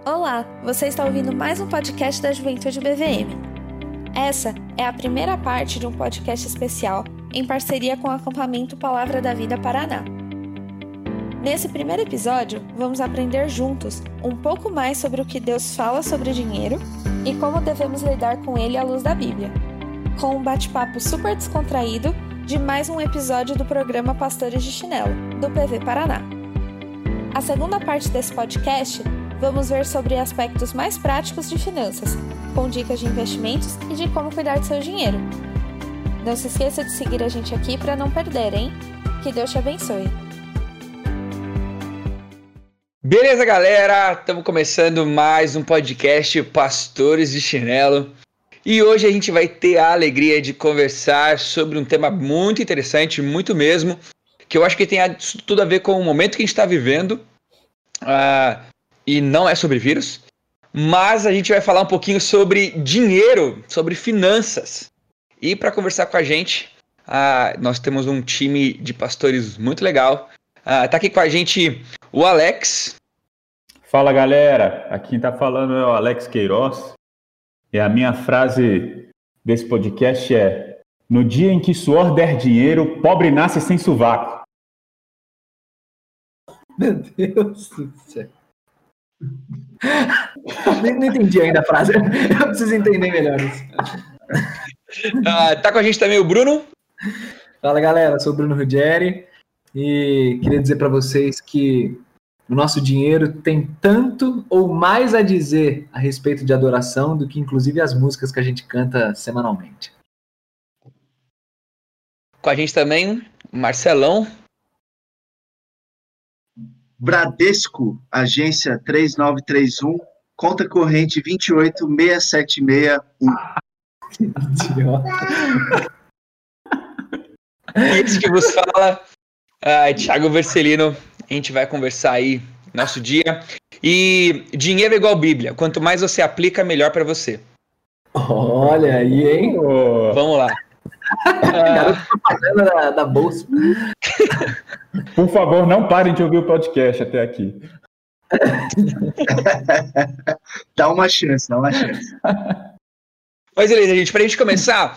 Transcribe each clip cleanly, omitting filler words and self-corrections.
Olá, você está ouvindo mais um podcast da Juventude BVM. Essa é a primeira parte de um podcast especial em parceria com o acampamento Palavra da Vida Paraná. Nesse primeiro episódio, vamos aprender juntos um pouco mais sobre o que Deus fala sobre dinheiro e como devemos lidar com ele à luz da Bíblia, com um bate-papo super descontraído de mais um episódio do programa Pastores de Chinelo, do PV Paraná. A segunda parte desse podcast, vamos ver sobre aspectos mais práticos de finanças, com dicas de investimentos e de como cuidar do seu dinheiro. Não se esqueça de seguir a gente aqui para não perder, hein? Que Deus te abençoe. Beleza, galera? Estamos começando mais um podcast Pastores de Chinelo. E hoje a gente vai ter a alegria de conversar sobre um tema muito interessante, muito mesmo, que eu acho que tem tudo a ver com o momento que a gente está vivendo. E não é sobre vírus, mas a gente vai falar um pouquinho sobre dinheiro, sobre finanças. E para conversar com a gente, nós temos um time de pastores muito legal. Tá aqui com a gente o Alex. Fala, galera, aqui quem tá falando é o Alex Queiroz. E a minha frase desse podcast é: no dia em que suor der dinheiro, pobre nasce sem sovaco. Meu Deus do céu. Não entendi ainda a frase. Eu preciso entender melhor isso. Tá com a gente também o Bruno. Fala, galera. Sou o Bruno Ruggeri e queria dizer para vocês que o nosso dinheiro tem tanto ou mais a dizer a respeito de adoração do que inclusive as músicas que a gente canta semanalmente. Com a gente também o Marcelão. Bradesco, agência 3931, conta corrente 2867661. Que idiota. E esse que vos fala, Thiago Vercelino. A gente vai conversar aí nosso dia. E dinheiro é igual Bíblia. Quanto mais você aplica, melhor para você. Olha aí, hein? Vamos lá. Garoto propaganda da bolsa. Por favor, não parem de ouvir o podcast até aqui. Dá uma chance. Mas beleza, gente. Para a gente começar,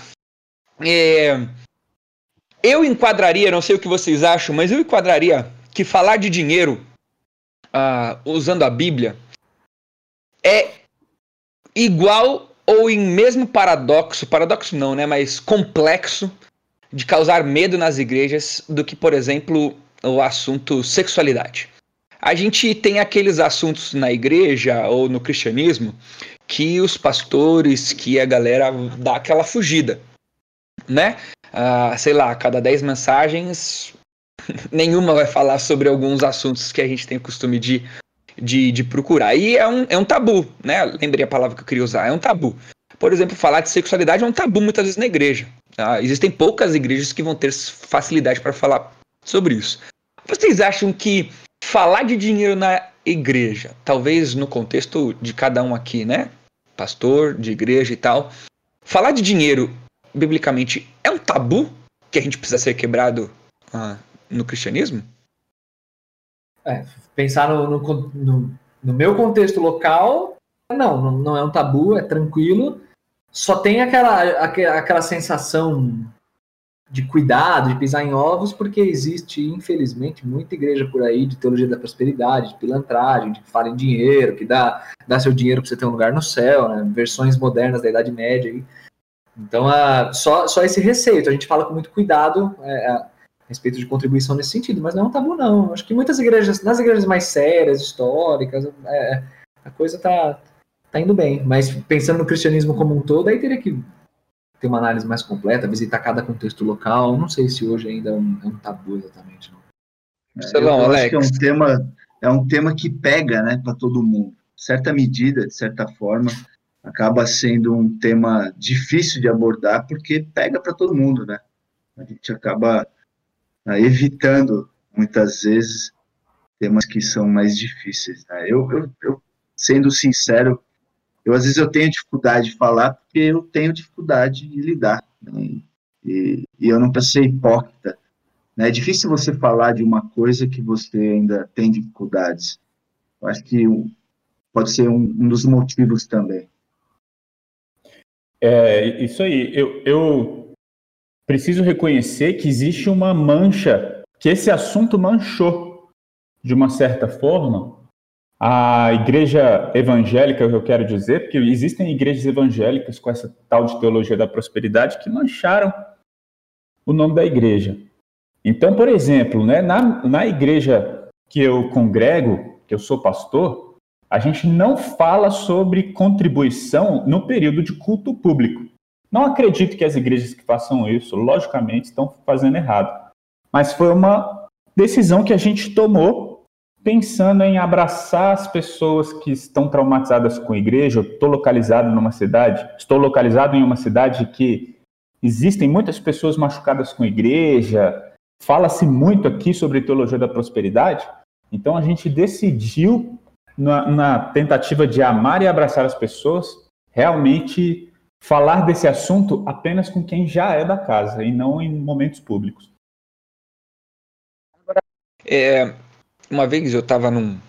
eu enquadraria, não sei o que vocês acham, mas eu enquadraria que falar de dinheiro usando a Bíblia é igual ou em mesmo paradoxo não, né, mas complexo de causar medo nas igrejas do que, por exemplo, o assunto sexualidade. A gente tem aqueles assuntos na igreja ou no cristianismo que os pastores, que a galera dá aquela fugida, né? Sei lá, a cada 10 mensagens, nenhuma vai falar sobre alguns assuntos que a gente tem o costume de procurar. E é um tabu, né? Lembrei a palavra que eu queria usar, é um tabu. Por exemplo, falar de sexualidade é um tabu muitas vezes na igreja. Existem poucas igrejas que vão ter facilidade para falar sobre isso. Vocês acham que falar de dinheiro na igreja, talvez no contexto de cada um aqui, né? Pastor, de igreja e tal, falar de dinheiro, biblicamente, é um tabu que a gente precisa ser quebrado no cristianismo? Pensar no meu contexto local, não é um tabu, é tranquilo. Só tem aquela sensação de cuidado, de pisar em ovos, porque existe, infelizmente, muita igreja por aí de teologia da prosperidade, de pilantragem, de que fala em dinheiro, que dá seu dinheiro para você ter um lugar no céu, né? Versões modernas da Idade Média. Aí. Então, só esse receio. A gente fala com muito cuidado a respeito de contribuição nesse sentido, mas não é um tabu, não. Acho que muitas igrejas, nas igrejas mais sérias, históricas, a coisa tá indo bem. Mas pensando no cristianismo como um todo, aí teria que ter uma análise mais completa, visitar cada contexto local. Não sei se hoje ainda é um tabu exatamente. Não. Eu acho que é um tema que pega, né, para todo mundo. Certa medida, de certa forma, acaba sendo um tema difícil de abordar, porque pega para todo mundo, né? A gente acaba evitando, muitas vezes, temas que são mais difíceis. Né? Eu, sendo sincero, às vezes eu tenho dificuldade de falar, porque eu tenho dificuldade de lidar. Né? E eu não preciso ser hipócrita. Né? É difícil você falar de uma coisa que você ainda tem dificuldades. Eu acho que pode ser um dos motivos também. Isso aí. Eu preciso reconhecer que existe uma mancha, que esse assunto manchou, de uma certa forma, a igreja evangélica, eu quero dizer, porque existem igrejas evangélicas com essa tal de teologia da prosperidade que mancharam o nome da igreja. Então, por exemplo, né, na igreja que eu congrego, que eu sou pastor, a gente não fala sobre contribuição no período de culto público. Não acredito que as igrejas que façam isso, logicamente, estão fazendo errado. Mas foi uma decisão que a gente tomou pensando em abraçar as pessoas que estão traumatizadas com a igreja. Eu estou localizado em uma cidade que existem muitas pessoas machucadas com a igreja, fala-se muito aqui sobre teologia da prosperidade, então a gente decidiu, na tentativa de amar e abraçar as pessoas, realmente falar desse assunto apenas com quem já é da casa e não em momentos públicos. Uma vez eu estava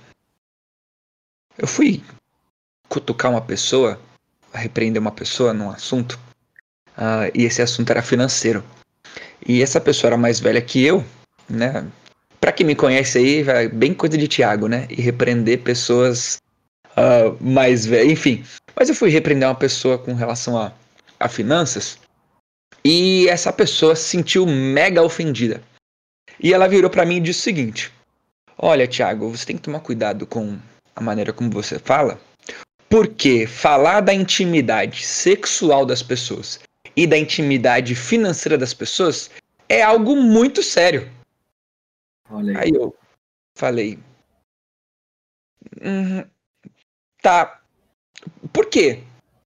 eu fui cutucar uma pessoa, repreender uma pessoa num assunto, e esse assunto era financeiro. E essa pessoa era mais velha que eu, né? Pra quem me conhece aí, é bem coisa de Tiago, né? E repreender pessoas mais velhas, enfim. Mas eu fui repreender uma pessoa com relação a finanças, e essa pessoa se sentiu mega ofendida. E ela virou pra mim e disse o seguinte: olha, Tiago, você tem que tomar cuidado com a maneira como você fala, porque falar da intimidade sexual das pessoas e da intimidade financeira das pessoas é algo muito sério. Olha aí eu falei, tá, por quê?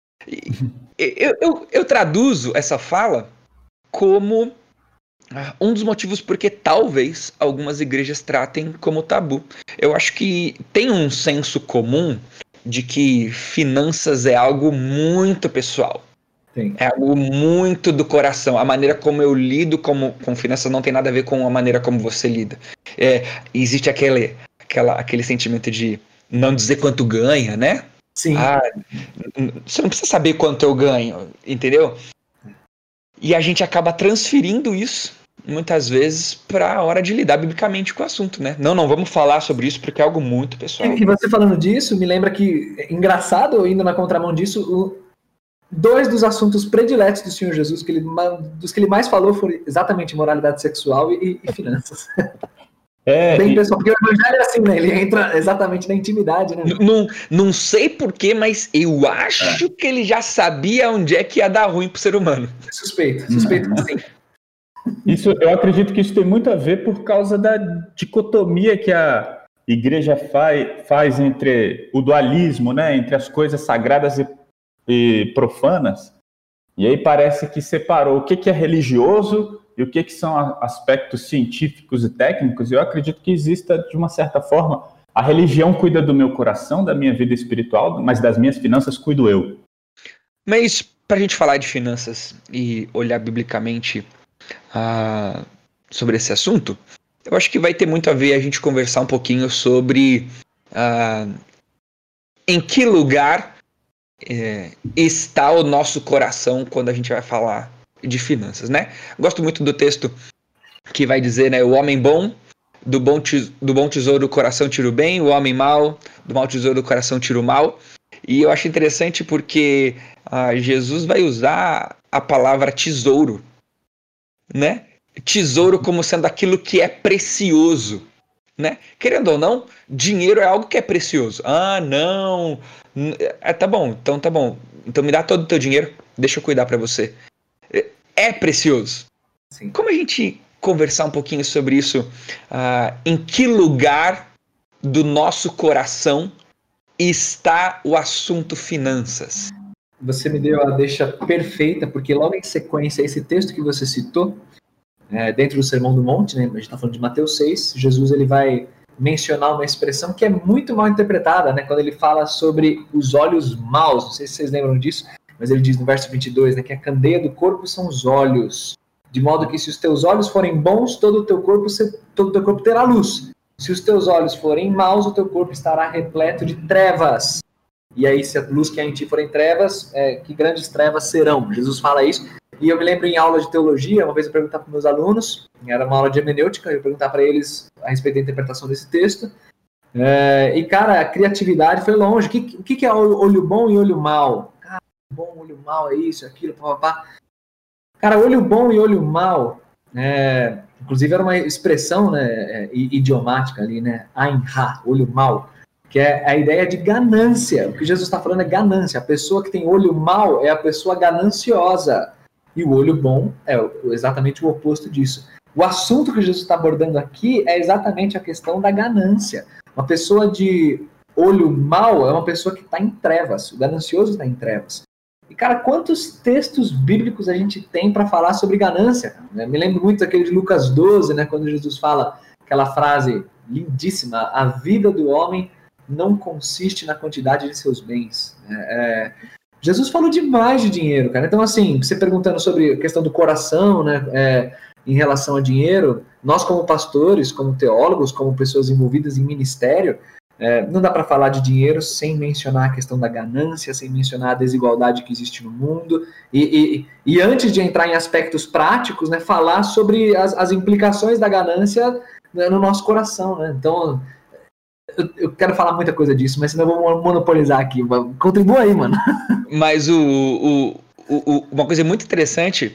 Eu traduzo essa fala como um dos motivos porque talvez algumas igrejas tratem como tabu. Eu acho que tem um senso comum de que finanças é algo muito pessoal. Tem. É algo muito do coração. A maneira como eu lido com finanças não tem nada a ver com a maneira como você lida. Existe aquele sentimento de não dizer quanto ganha, né? Sim. Você não precisa saber quanto eu ganho, entendeu? E a gente acaba transferindo isso, muitas vezes, para a hora de lidar biblicamente com o assunto, né? Não vamos falar sobre isso porque é algo muito pessoal. E você falando disso, me lembra que, engraçado, indo na contramão disso, dois dos assuntos prediletos do Senhor Jesus, dos que ele mais falou, foram exatamente moralidade sexual e finanças. Bem pessoal, porque o evangelho é assim, né? Ele entra exatamente na intimidade, né? Não sei porquê, mas eu acho que ele já sabia onde é que ia dar ruim pro ser humano. Suspeito que sim. Eu acredito que isso tem muito a ver por causa da dicotomia que a igreja faz entre o dualismo, né? Entre as coisas sagradas e profanas. E aí parece que separou o que é religioso e o que são aspectos científicos e técnicos. Eu acredito que exista, de uma certa forma, a religião cuida do meu coração, da minha vida espiritual, mas das minhas finanças cuido eu. Mas, para a gente falar de finanças e olhar biblicamente sobre esse assunto, eu acho que vai ter muito a ver a gente conversar um pouquinho sobre em que lugar está o nosso coração quando a gente vai falar de finanças, né? Gosto muito do texto que vai dizer, né, o homem bom, do bom tesouro do coração tira o bem, o homem mau, do mau tesouro do coração tira o mal. E eu acho interessante porque Jesus vai usar a palavra tesouro, né? Tesouro como sendo aquilo que é precioso, né? Querendo ou não, dinheiro é algo que é precioso. Não, tá bom, então me dá todo o teu dinheiro, deixa eu cuidar para você. É precioso. Sim. Como a gente conversar um pouquinho sobre isso? Em que lugar do nosso coração está o assunto finanças? Você me deu a deixa perfeita, porque logo em sequência, esse texto que você citou, dentro do Sermão do Monte, né, a gente está falando de Mateus 6, Jesus ele vai mencionar uma expressão que é muito mal interpretada, né, quando ele fala sobre os olhos maus. Não sei se vocês lembram disso, mas ele diz no verso 22, né, que a candeia do corpo são os olhos, de modo que se os teus olhos forem bons, todo o teu corpo terá luz. Se os teus olhos forem maus, o teu corpo estará repleto de trevas. E aí, se a luz que há em ti forem trevas, que grandes trevas serão. Jesus fala isso. E eu me lembro em aula de teologia, uma vez eu perguntava para meus alunos, era uma aula de hermenêutica, eu perguntava para eles a respeito da interpretação desse texto. E, cara, a criatividade foi longe. O que é olho bom e olho mau? Cara, bom, olho mau é isso, aquilo, papapá. Cara, olho bom e olho mau, inclusive era uma expressão, né, idiomática ali, né? Ain ha, olho mau, que é a ideia de ganância. O que Jesus está falando é ganância. A pessoa que tem olho mau é a pessoa gananciosa. E o olho bom é exatamente o oposto disso. O assunto que Jesus está abordando aqui é exatamente a questão da ganância. Uma pessoa de olho mau é uma pessoa que está em trevas. O ganancioso está em trevas. E, cara, quantos textos bíblicos a gente tem para falar sobre ganância? Me lembro muito daquele de Lucas 12, né, quando Jesus fala aquela frase lindíssima: a vida do homem não consiste na quantidade de seus bens. Jesus falou demais de dinheiro, cara. Então, assim, você perguntando sobre a questão do coração, né, em relação a dinheiro, nós como pastores, como teólogos, como pessoas envolvidas em ministério, não dá para falar de dinheiro sem mencionar a questão da ganância, sem mencionar a desigualdade que existe no mundo, e antes de entrar em aspectos práticos, né, falar sobre as implicações da ganância, né, no nosso coração, né? Então, eu quero falar muita coisa disso, mas senão eu vou monopolizar aqui. Contribua aí, mano. Mas uma coisa muito interessante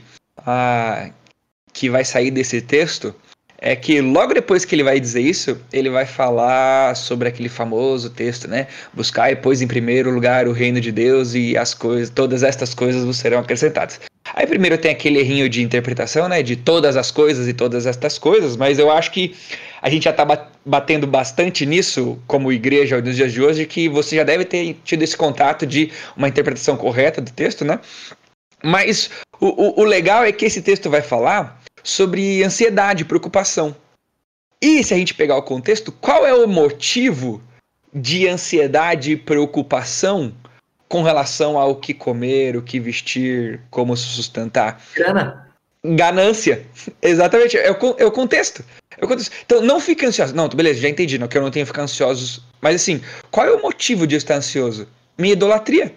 que vai sair desse texto é que logo depois que ele vai dizer isso, ele vai falar sobre aquele famoso texto, né? Buscai, pois, em primeiro lugar o reino de Deus e as coisas, todas estas coisas vos serão acrescentadas. Aí primeiro tem aquele errinho de interpretação, né? De todas as coisas e todas estas coisas, mas eu acho que a gente já está batendo bastante nisso como igreja nos dias de hoje, que você já deve ter tido esse contato de uma interpretação correta do texto, né? Mas o legal é que esse texto vai falar sobre ansiedade, preocupação. E se a gente pegar o contexto, qual é o motivo de ansiedade e preocupação com relação ao que comer, o que vestir, como se sustentar? Ganância. Exatamente. É o contexto. Então, não fique ansioso. Não, beleza, já entendi, não, que eu não tenho que ficar ansioso. Mas assim, qual é o motivo de eu estar ansioso? Minha idolatria.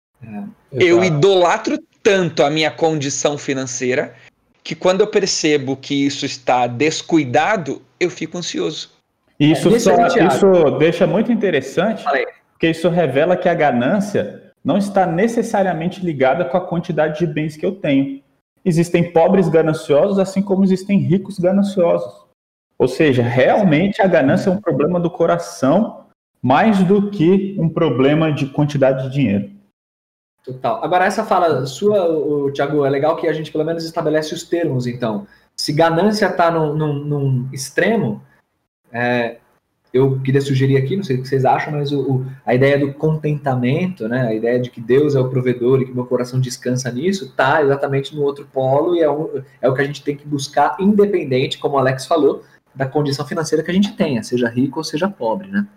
Eu idolatro tanto a minha condição financeira que quando eu percebo que isso está descuidado, eu fico ansioso. Isso deixa muito interessante, porque isso revela que a ganância não está necessariamente ligada com a quantidade de bens que eu tenho. Existem pobres gananciosos, assim como existem ricos gananciosos. Ou seja, realmente a ganância é um problema do coração, mais do que um problema de quantidade de dinheiro. Total. Agora, essa fala sua, Thiago, é legal que a gente pelo menos estabelece os termos, então. Se ganância está num extremo, eu queria sugerir aqui, não sei o que vocês acham, mas a ideia do contentamento, né, a ideia de que Deus é o provedor e que meu coração descansa nisso, está exatamente no outro polo, e é o que a gente tem que buscar, independente, como o Alex falou, da condição financeira que a gente tenha, seja rico ou seja pobre, né?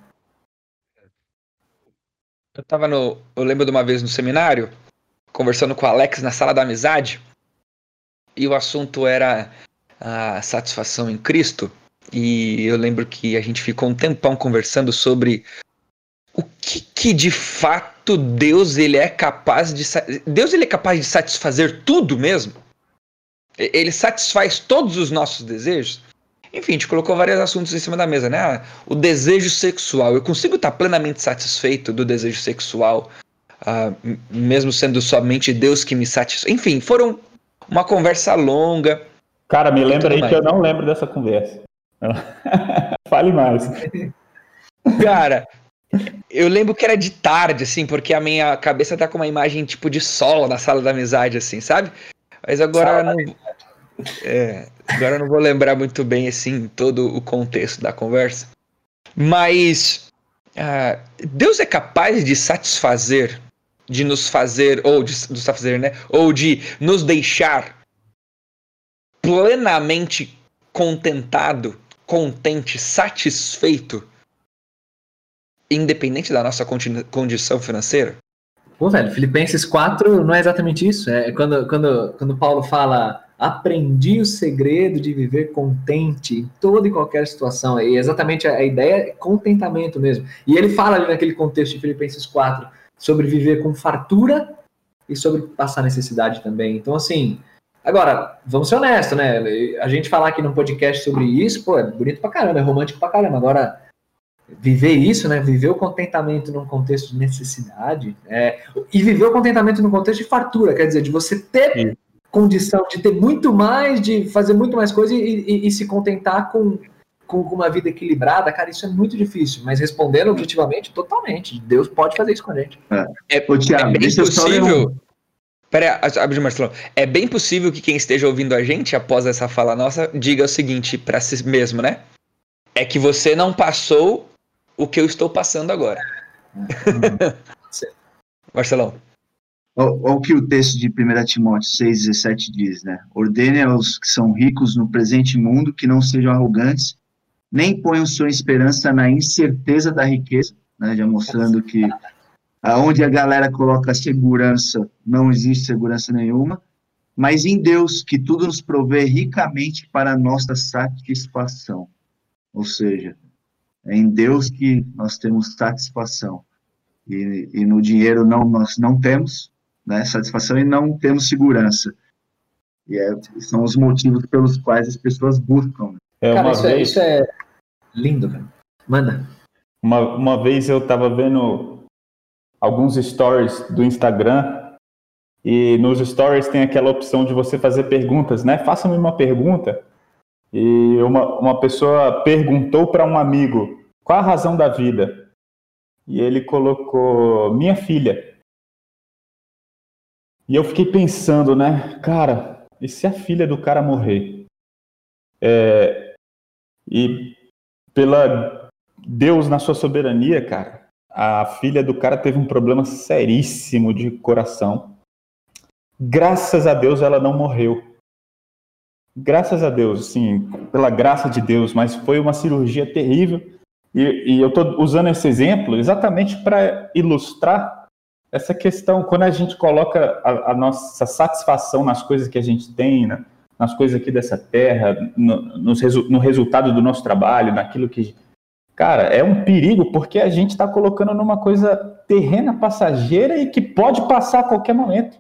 Eu lembro de uma vez no seminário, conversando com o Alex na sala da amizade, e o assunto era a satisfação em Cristo, e eu lembro que a gente ficou um tempão conversando sobre o que de fato Deus ele é capaz de satisfazer tudo mesmo? Ele satisfaz todos os nossos desejos? Enfim, a gente colocou vários assuntos em cima da mesa, né? O desejo sexual. Eu consigo estar plenamente satisfeito do desejo sexual, mesmo sendo somente Deus que me satisfaz. Enfim, foram uma conversa longa. Cara, me lembra aí que eu não lembro dessa conversa. Fale mais. Cara, eu lembro que era de tarde, assim, porque a minha cabeça tá com uma imagem tipo de sol na sala da amizade, assim, sabe? Mas agora agora eu não vou lembrar muito bem, assim, todo o contexto da conversa. Mas Deus é capaz de satisfazer, de nos fazer, ou de nos fazer, né? Ou de nos deixar plenamente contentado, contente, satisfeito, independente da nossa condição financeira? Pô, velho, Filipenses 4 não é exatamente isso. É quando Paulo fala aprendi o segredo de viver contente em toda e qualquer situação. E exatamente a ideia é contentamento mesmo. E ele fala ali naquele contexto de Filipenses 4 sobre viver com fartura e sobre passar necessidade também. Então, assim, agora, vamos ser honestos, né? A gente falar aqui num podcast sobre isso, pô, é bonito pra caramba, é romântico pra caramba. Agora, viver isso, né? Viver o contentamento num contexto de necessidade, e viver o contentamento num contexto de fartura, quer dizer, de você ter condição de ter muito mais, de fazer muito mais coisa e se contentar com uma vida equilibrada, cara, isso é muito difícil, mas respondendo objetivamente, totalmente. Deus pode fazer isso com a gente. Thiago, bem possível. Pera aí, Marcelo. É bem possível que quem esteja ouvindo a gente após essa fala nossa diga o seguinte para si mesmo, né? É que você não passou o que eu estou passando agora. Marcelão. Olha o que o texto de 1 Timóteo 6,17 diz, né? Ordene aos que são ricos no presente mundo que não sejam arrogantes, nem ponham sua esperança na incerteza da riqueza, né? Já mostrando que aonde a galera coloca segurança, não existe segurança nenhuma, mas em Deus, que tudo nos provê ricamente para a nossa satisfação. Ou seja, é em Deus que nós temos satisfação. E no dinheiro nós não temos, né, satisfação e não temos segurança. E são os motivos pelos quais as pessoas buscam. Cara, isso é lindo, cara. Manda. Uma vez eu estava vendo alguns stories do Instagram e nos stories tem aquela opção de você fazer perguntas, né? Faça-me uma pergunta. E uma pessoa perguntou para um amigo qual a razão da vida. E ele colocou, minha filha. E eu fiquei pensando, né, cara, e se a filha do cara morrer? E pela Deus na sua soberania, cara, a filha do cara teve um problema seríssimo de coração. Graças a Deus ela não morreu. Graças a Deus, sim, pela graça de Deus, mas foi uma cirurgia terrível. E eu estou usando esse exemplo exatamente para ilustrar essa questão, quando a gente coloca a nossa satisfação nas coisas que a gente tem, né, nas coisas aqui dessa terra, no resultado do nosso trabalho, naquilo que... Cara, é um perigo, porque a gente está colocando numa coisa terrena, passageira e que pode passar a qualquer momento.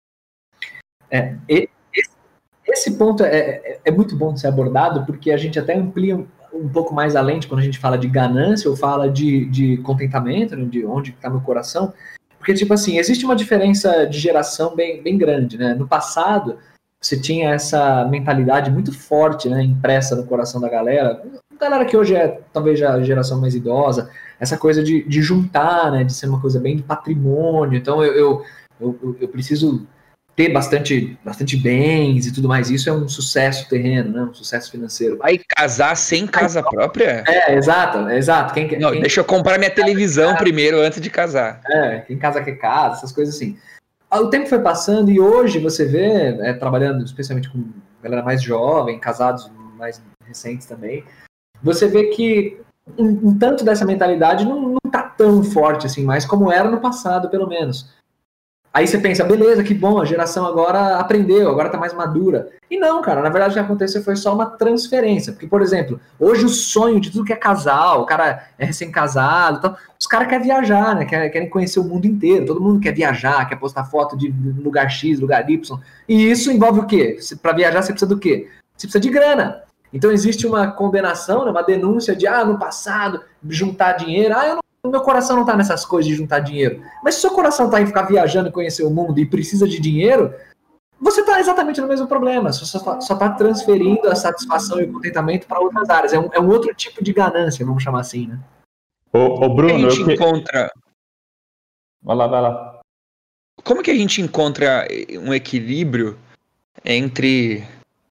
Esse ponto é muito bom de ser abordado, porque a gente até amplia um pouco mais além de quando a gente fala de ganância ou fala de contentamento, né, de onde está meu coração. Porque, tipo assim, existe uma diferença de geração bem grande, né? No passado, você tinha essa mentalidade muito forte, né, impressa no coração da galera que hoje é talvez já a geração mais idosa, essa coisa de juntar, né, de ser uma coisa bem de patrimônio. Então, eu preciso ter bastante bens e tudo mais. Isso é um sucesso terreno, né? Um sucesso financeiro. Vai casar sem casa própria? Exato. Deixa eu comprar minha televisão primeiro antes de casar. Quem casa quer casa, essas coisas assim. O tempo foi passando e hoje você vê, trabalhando especialmente com galera mais jovem, casados mais recentes também, você vê que um tanto dessa mentalidade não tá tão forte assim mais como era no passado, pelo menos. Aí você pensa, beleza, que bom, a geração agora aprendeu, agora tá mais madura. E não, cara, na verdade o que aconteceu foi só uma transferência. Porque, por exemplo, hoje o sonho de tudo que é casal, o cara é recém-casado, então, os caras querem viajar, né? Querem conhecer o mundo inteiro, todo mundo quer viajar, quer postar foto de lugar X, lugar Y. E isso envolve o quê? Para viajar você precisa do quê? Você precisa de grana. Então existe uma condenação, né, uma denúncia de, no passado, juntar dinheiro, meu coração não tá nessas coisas de juntar dinheiro. Mas se seu coração tá em ficar viajando e conhecer o mundo e precisa de dinheiro, você tá exatamente no mesmo problema. Só tá transferindo a satisfação e o contentamento para outras áreas. É um outro tipo de ganância, vamos chamar assim, né? Ô Bruno, a gente encontra... Vai lá. Como que a gente encontra um equilíbrio entre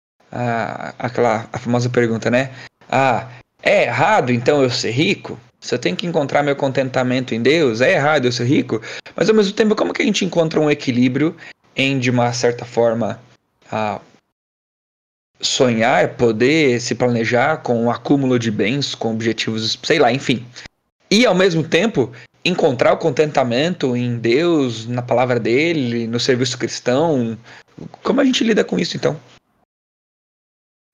a famosa pergunta, né? É errado então eu ser rico? Se eu tenho que encontrar meu contentamento em Deus, é errado eu ser rico? Mas ao mesmo tempo, como que a gente encontra um equilíbrio em, de uma certa forma, sonhar, poder se planejar com um acúmulo de bens, com objetivos, sei lá, enfim. E ao mesmo tempo, encontrar o contentamento em Deus, na palavra dele, no serviço cristão. Como a gente lida com isso então?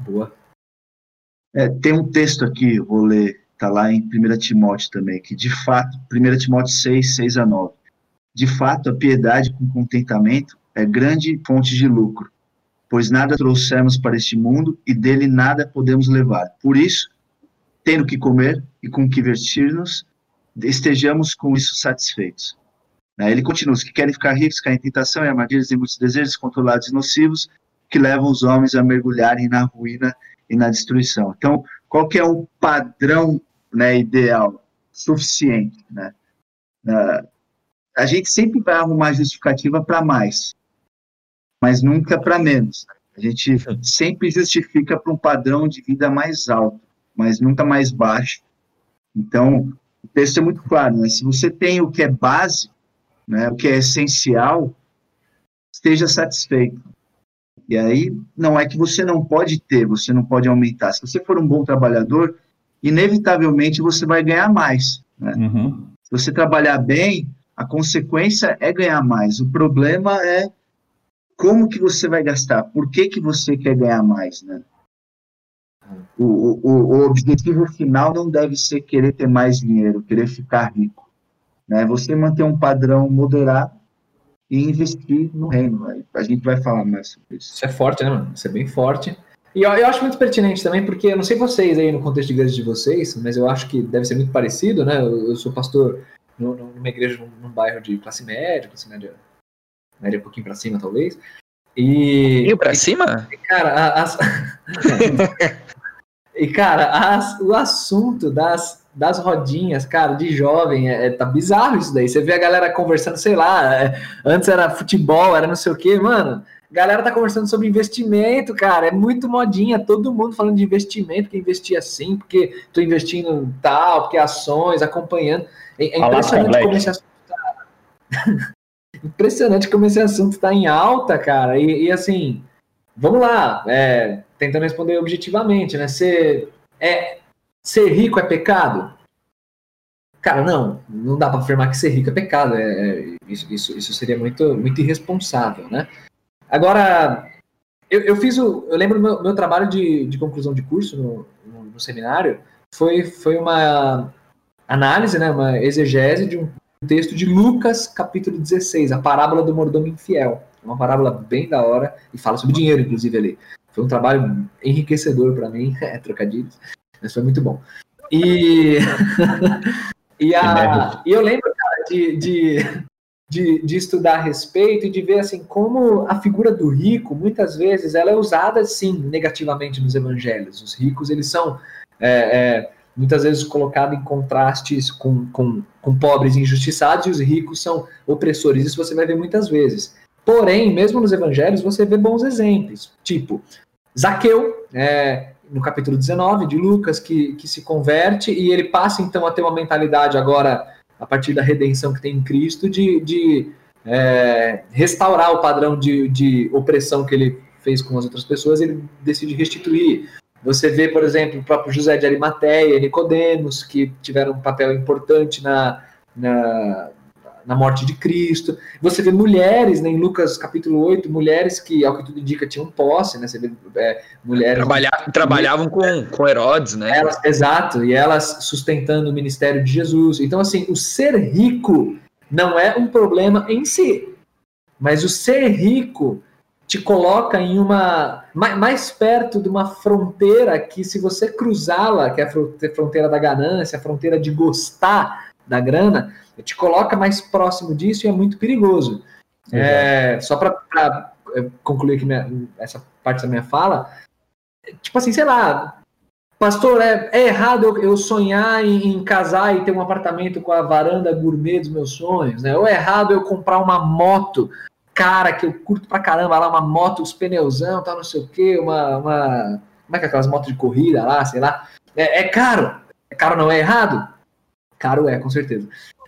Boa. Tem um texto aqui, eu vou ler, está lá em 1 Timóteo também, que de fato, 1 Timóteo 6, 6-9, de fato a piedade com contentamento é grande fonte de lucro, pois nada trouxemos para este mundo e dele nada podemos levar. Por isso, tendo que comer e com que vestir-nos, estejamos com isso satisfeitos. Ele continua, os que querem ficar ricos caem em tentação e armadilhas e muitos desejos controlados e nocivos que levam os homens a mergulharem na ruína e na destruição. Então, qual que é o padrão, né, ideal, suficiente? Né? A gente sempre vai arrumar justificativa para mais, mas nunca para menos. A gente sempre justifica para um padrão de vida mais alto, mas nunca mais baixo. Então, o texto é muito claro, né? Se você tem o que é base, né, o que é essencial, esteja satisfeito. E aí, não é que você não pode ter, você não pode aumentar. Se você for um bom trabalhador, inevitavelmente você vai ganhar mais. Né? Uhum. Se você trabalhar bem, a consequência é ganhar mais. O problema é como que você vai gastar, por que que você quer ganhar mais, né? O objetivo final não deve ser querer ter mais dinheiro, querer ficar rico. Né? Você manter um padrão moderado e investir no reino. Né? A gente vai falar mais sobre isso. Isso é forte, né, mano? Isso é bem forte. E eu acho muito pertinente também, porque eu não sei vocês aí no contexto de igreja de vocês, mas eu acho que deve ser muito parecido, né? Eu sou pastor numa igreja num bairro de classe média um pouquinho pra cima, talvez. Um pouquinho pra cima? Cara, o assunto das rodinhas, cara, de jovem, tá bizarro isso daí. Você vê a galera conversando, sei lá, antes era futebol, era não sei o quê, mano. A galera tá conversando sobre investimento, cara, é muito modinha, todo mundo falando de investimento, que investir assim, porque tô investindo em tal, porque ações, acompanhando. É impressionante como esse assunto impressionante como esse assunto tá em alta, cara, e assim, vamos lá, tentando responder objetivamente, né, ser rico é pecado? Cara, não dá para afirmar que ser rico é pecado, isso seria muito, muito irresponsável, né? Agora, eu lembro do meu trabalho de conclusão de curso no seminário, foi uma análise, né, uma exegese de um texto de Lucas, capítulo 16, a parábola do mordomo infiel. Uma parábola bem da hora, e fala sobre dinheiro, inclusive, ali. Foi um trabalho enriquecedor para mim, trocadilhos, mas foi muito bom. E eu lembro, cara, de estudar a respeito e de ver assim como a figura do rico, muitas vezes, ela é usada, sim, negativamente nos evangelhos. Os ricos, eles são muitas vezes colocados em contrastes com pobres injustiçados, e os ricos são opressores. Isso você vai ver muitas vezes. Porém, mesmo nos evangelhos, você vê bons exemplos, tipo Zaqueu, no capítulo 19 de Lucas, que se converte, e ele passa então a ter uma mentalidade agora, a partir da redenção que tem em Cristo, de restaurar o padrão de opressão que ele fez com as outras pessoas, ele decide restituir. Você vê, por exemplo, o próprio José de Arimateia, Nicodemos, que tiveram um papel importante na morte de Cristo. Você vê mulheres, né, em Lucas capítulo 8, mulheres que, ao que tudo indica, tinham posse, né? Você vê mulheres... Trabalhavam com Herodes, né? Exato, e elas sustentando o ministério de Jesus. Então, assim, o ser rico não é um problema em si, mas o ser rico te coloca em mais perto de uma fronteira que, se você cruzá-la, que é a fronteira da ganância, a fronteira de gostar da grana, te coloca mais próximo disso e é muito perigoso. Só para concluir aqui essa parte da minha fala, tipo assim, sei lá, pastor, é errado eu sonhar em casar e ter um apartamento com a varanda gourmet dos meus sonhos, né? Ou é errado eu comprar uma moto cara que eu curto pra caramba lá, uma moto, os pneuzão, tal, não sei o quê, como é que é aquelas motos de corrida lá, sei lá. É caro. É caro, não é errado? Caro com certeza.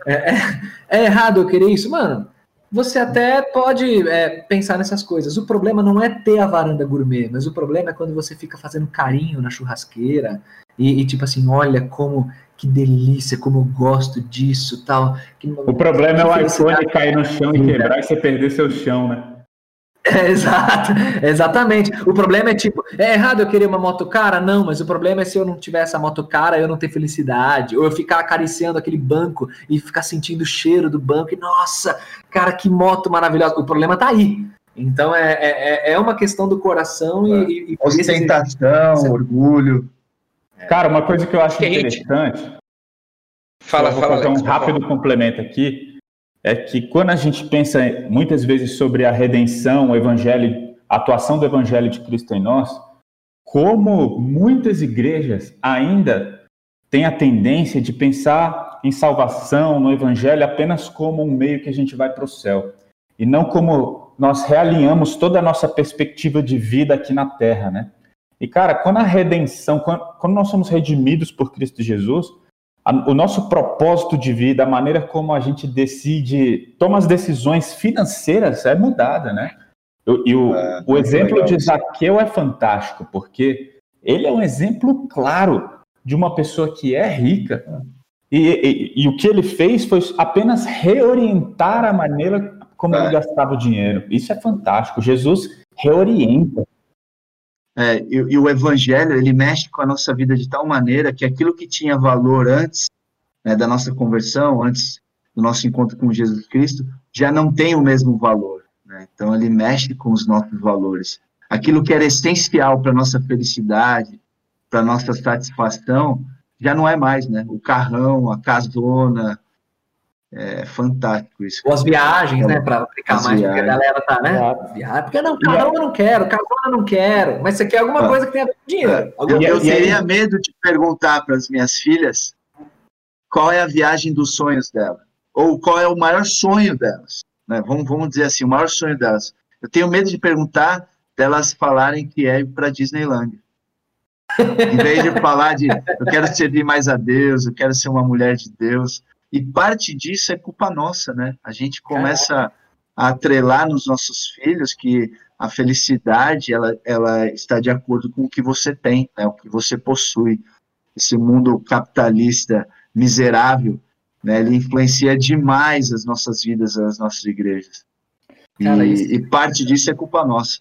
É errado eu querer isso? Mano, você até pode pensar nessas coisas. O problema não é ter a varanda gourmet, mas o problema é quando você fica fazendo carinho na churrasqueira e tipo assim, olha que delícia, como eu gosto disso, tal. O problema é o iPhone cair no chão e quebrar e você perder seu chão, né? Exatamente. O problema é tipo, é errado eu querer uma moto cara? Não, mas o problema é se eu não tiver essa moto cara, eu não ter felicidade, ou eu ficar acariciando aquele banco e ficar sentindo o cheiro do banco e, nossa, cara, que moto maravilhosa. O problema tá aí. Então é uma questão do coração e ostentação, orgulho. Cara, uma coisa que eu acho interessante, vou fazer um rápido complemento aqui, é que quando a gente pensa muitas vezes sobre a redenção, o evangelho, a atuação do evangelho de Cristo em nós, como muitas igrejas ainda têm a tendência de pensar em salvação, no evangelho, apenas como um meio que a gente vai para o céu, e não como nós realinhamos toda a nossa perspectiva de vida aqui na Terra, né? E, cara, quando a redenção, quando nós somos redimidos por Cristo Jesus, o nosso propósito de vida, a maneira como a gente toma as decisões financeiras é mudada, né? O exemplo de Zaqueu é fantástico, porque ele é um exemplo claro de uma pessoa que é rica. E o que ele fez foi apenas reorientar a maneira como ele gastava o dinheiro. Isso é fantástico. Jesus reorienta. E o evangelho, ele mexe com a nossa vida de tal maneira que aquilo que tinha valor antes, né, da nossa conversão, antes do nosso encontro com Jesus Cristo, já não tem o mesmo valor, né? Então ele mexe com os nossos valores. Aquilo que era essencial para a nossa felicidade, para a nossa satisfação, já não é mais, né? O carrão, a casona, é fantástico isso. Ou as viagens, né, para aplicar mais, porque a galera tá, né? Viagem, porque não, carrão eu não quero, casona eu não quero, mas você quer alguma coisa que tenha a ver com dinheiro. Eu teria medo de perguntar para as minhas filhas qual é a viagem dos sonhos dela, ou qual é o maior sonho delas, né? Vamos dizer assim, o maior sonho delas. Eu tenho medo de perguntar, delas falarem que é ir para Disneyland. Em vez de falar eu quero servir mais a Deus, eu quero ser uma mulher de Deus. E parte disso é culpa nossa, né? A gente começa a atrelar nos nossos filhos que a felicidade, ela está de acordo com o que você tem, né? O que você possui. Esse mundo capitalista miserável, né? Ele influencia demais as nossas vidas, as nossas igrejas. E parte disso é culpa nossa.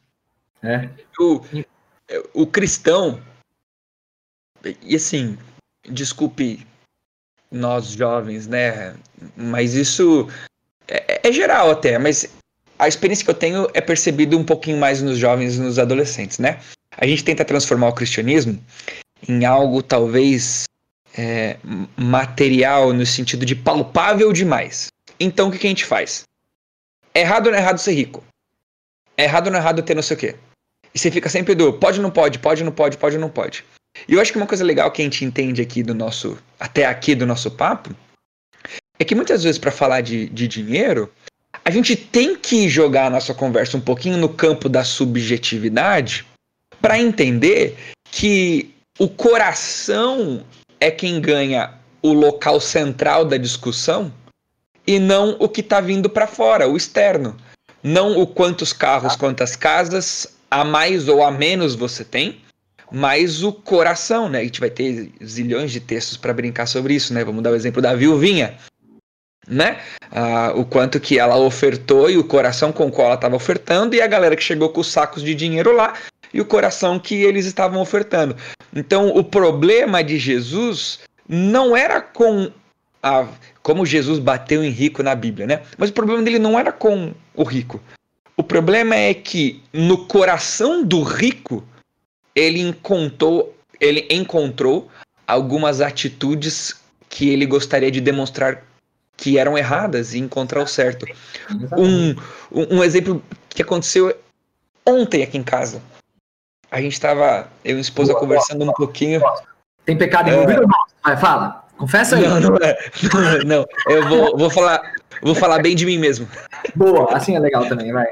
O cristão, e assim, desculpe nós jovens, né, mas isso é geral até, mas a experiência que eu tenho é percebido um pouquinho mais nos jovens e nos adolescentes, né? A gente tenta transformar o cristianismo em algo talvez material, no sentido de palpável demais. Então o que a gente faz? É errado ou não é errado ser rico? É errado ou não é errado ter não sei o quê? E você fica sempre pode ou não pode, pode ou não pode, pode ou não pode. E eu acho que uma coisa legal que a gente entende aqui até aqui do nosso papo, é que muitas vezes para falar de dinheiro, a gente tem que jogar a nossa conversa um pouquinho no campo da subjetividade para entender que o coração é quem ganha o local central da discussão e não o que está vindo para fora, o externo. Não o quantos carros, quantas casas, a mais ou a menos você tem, mas o coração, né? A gente vai ter zilhões de textos para brincar sobre isso, né? Vamos dar o exemplo da viuvinha, né? O quanto que ela ofertou e o coração com o qual ela estava ofertando, e a galera que chegou com os sacos de dinheiro lá e o coração que eles estavam ofertando. Então, o problema de Jesus não era como Jesus bateu em rico na Bíblia, né? Mas o problema dele não era com o rico. O problema é que no coração do rico ele encontrou algumas atitudes que ele gostaria de demonstrar que eram erradas e encontrar o certo. Um exemplo que aconteceu ontem aqui em casa. A gente estava, eu e minha esposa, conversando um pouquinho. Tem pecado envolvido ou não? Vai, fala. Confessa aí. Não, eu vou falar bem de mim mesmo. Boa, assim é legal também, vai.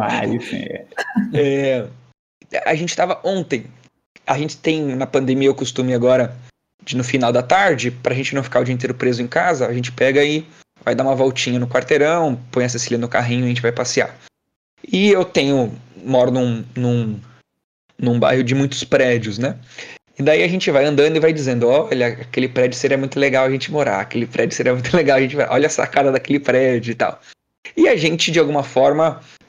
A gente estava ontem. A gente tem na pandemia o costume agora de no final da tarde, pra gente não ficar o dia inteiro preso em casa, a gente pega e vai dar uma voltinha no quarteirão, põe a Cecília no carrinho e a gente vai passear. E eu moro num bairro de muitos prédios, né? E daí a gente vai andando e vai dizendo, olha, aquele prédio seria muito legal a gente morar, aquele prédio seria muito legal a gente morar, olha a sacada daquele prédio e tal. E a gente, de alguma forma,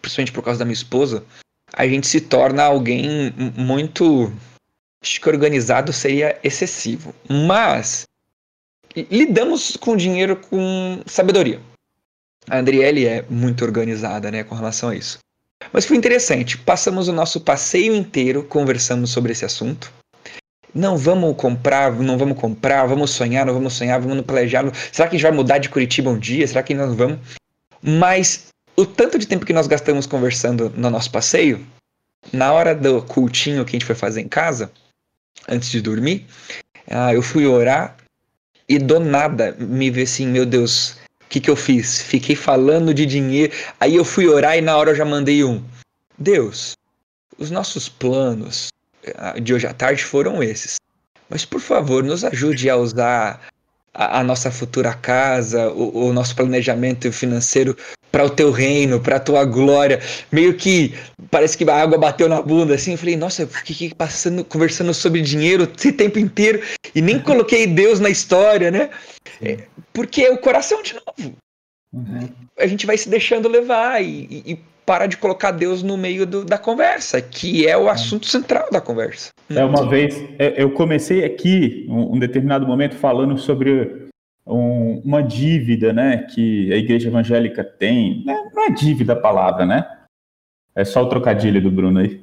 principalmente por causa da minha esposa, a gente se torna alguém muito... Acho que organizado seria excessivo. Mas lidamos com dinheiro com sabedoria. A Andriele é muito organizada, né, com relação a isso. Mas foi interessante. Passamos o nosso passeio inteiro, conversamos sobre esse assunto. Não vamos comprar, vamos sonhar, vamos planejar. Será que a gente vai mudar de Curitiba um dia? Será que nós não vamos? Mas o tanto de tempo que nós gastamos conversando no nosso passeio, na hora do cultinho que a gente foi fazer em casa, antes de dormir, eu fui orar e do nada me vi assim, meu Deus, o que eu fiz? Fiquei falando de dinheiro, aí eu fui orar e na hora eu já mandei Deus, os nossos planos de hoje à tarde foram esses, mas por favor, nos ajude a usar a nossa futura casa, o nosso planejamento financeiro para o teu reino, para a tua glória. Meio que parece que a água bateu na bunda, assim. Eu falei, nossa, eu fiquei conversando sobre dinheiro esse tempo inteiro e nem coloquei Deus na história, né? Porque o coração, de novo, a gente vai se deixando levar e para de colocar Deus no meio da conversa, que é o assunto central da conversa. Uma vez, eu comecei aqui, um determinado momento, falando sobre uma dívida, né, que a igreja evangélica tem. Não é dívida a palavra, né? É só o trocadilho do Bruno aí.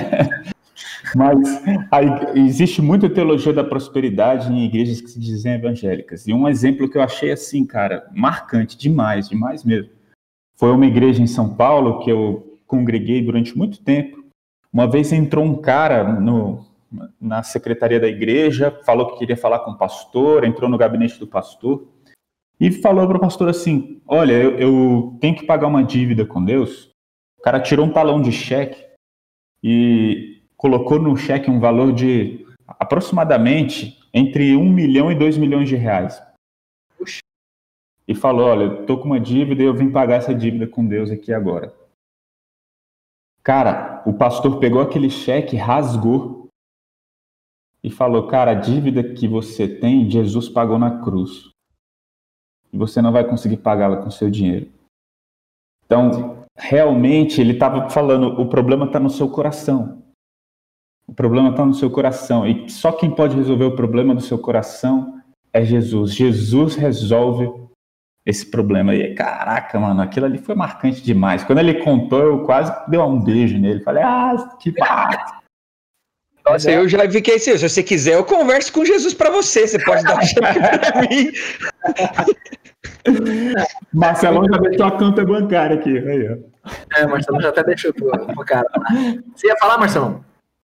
Mas existe muita teologia da prosperidade em igrejas que se dizem evangélicas. E um exemplo que eu achei assim, cara, marcante, demais mesmo. Foi uma igreja em São Paulo que eu congreguei durante muito tempo. Uma vez entrou um cara na secretaria da igreja, falou que queria falar com o pastor, entrou no gabinete do pastor e falou para o pastor assim, olha, eu tenho que pagar uma dívida com Deus. O cara tirou um talão de cheque e colocou no cheque um valor de aproximadamente entre 1 milhão e 2 milhões de reais. Puxa. E falou, olha, eu tô com uma dívida e eu vim pagar essa dívida com Deus aqui agora. Cara, o pastor pegou aquele cheque, rasgou e falou, cara, a dívida que você tem, Jesus pagou na cruz. E você não vai conseguir pagá-la com seu dinheiro. Então, realmente, ele estava falando, o problema está no seu coração. O problema está no seu coração. E só quem pode resolver o problema do seu coração é Jesus. Jesus resolve esse problema aí. Caraca, mano, aquilo ali foi marcante demais. Quando ele contou, eu quase dei um beijo nele. Falei, que massa. Nossa, eu já fiquei assim, se você quiser, eu converso com Jesus pra você. Você pode dar um cheque pra mim. Marcelão já deixou a conta bancária aqui. Aí, ó. Marcelão já até deixou pro cara. Você ia falar, Marcelão?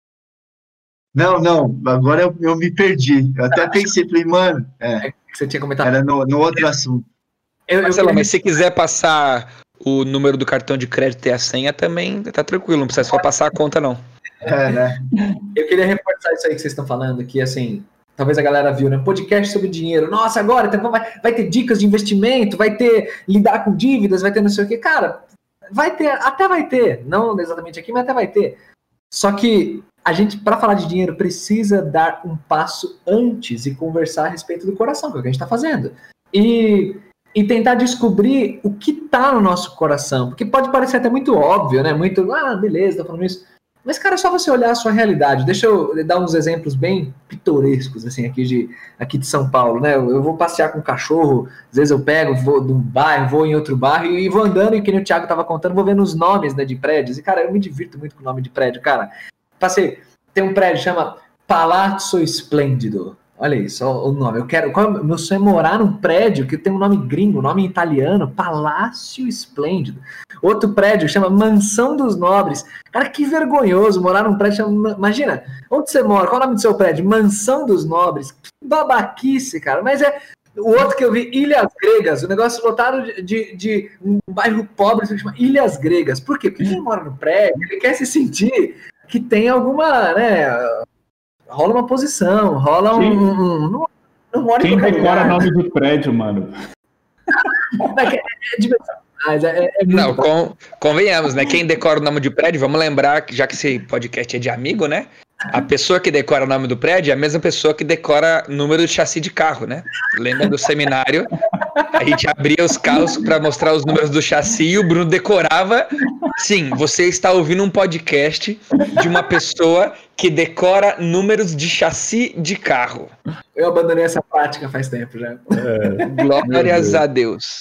Não, agora eu me perdi. Eu até pensei, falei, mano, você tinha comentado. Era no outro assunto. Marcelo, mas se quiser passar o número do cartão de crédito e a senha também, tá tranquilo, não precisa só passar a conta, não. Né? Eu queria reforçar isso aí que vocês estão falando, que assim, talvez a galera viu, né? Podcast sobre dinheiro. Nossa, agora vai ter dicas de investimento, vai ter lidar com dívidas, vai ter não sei o quê. Cara, até vai ter. Não exatamente aqui, mas até vai ter. Só que a gente, para falar de dinheiro, precisa dar um passo antes e conversar a respeito do coração, que é o que a gente está fazendo. E tentar descobrir o que está no nosso coração. Porque pode parecer até muito óbvio, né? Muito, beleza, tá falando isso. Mas, cara, é só você olhar a sua realidade. Deixa eu dar uns exemplos bem pitorescos, assim, aqui de São Paulo, né? Eu vou passear com um cachorro, às vezes eu vou de um bairro, vou em outro bairro e vou andando, e que nem o Thiago tava contando, vou vendo os nomes, né, de prédios. E, cara, eu me divirto muito com o nome de prédio, cara. Passei, tem um prédio que chama Palazzo Esplêndido. Olha isso, o nome. Meu sonho é morar num prédio que tem um nome gringo, um nome italiano, Palácio Esplêndido. Outro prédio chama Mansão dos Nobres. Cara, que vergonhoso morar num prédio. Imagina, onde você mora? Qual é o nome do seu prédio? Mansão dos Nobres. Que babaquice, cara. Mas o outro que eu vi, Ilhas Gregas. O negócio lotado de um bairro pobre que se chama Ilhas Gregas. Por quê? Porque quem mora no prédio, ele quer se sentir que tem alguma, né? Rola uma posição, rola não mora quem decora o nome do prédio, mano? É diversão. Não, convenhamos, né? Quem decora o nome de prédio, vamos lembrar que já que esse podcast é de amigo, né? A pessoa que decora o nome do prédio é a mesma pessoa que decora o número de chassi de carro, né? Lembra do seminário? A gente abria os carros para mostrar os números do chassi e o Bruno decorava. Sim, você está ouvindo um podcast de uma pessoa que decora números de chassi de carro. Eu abandonei essa prática faz tempo já. Glórias a Deus.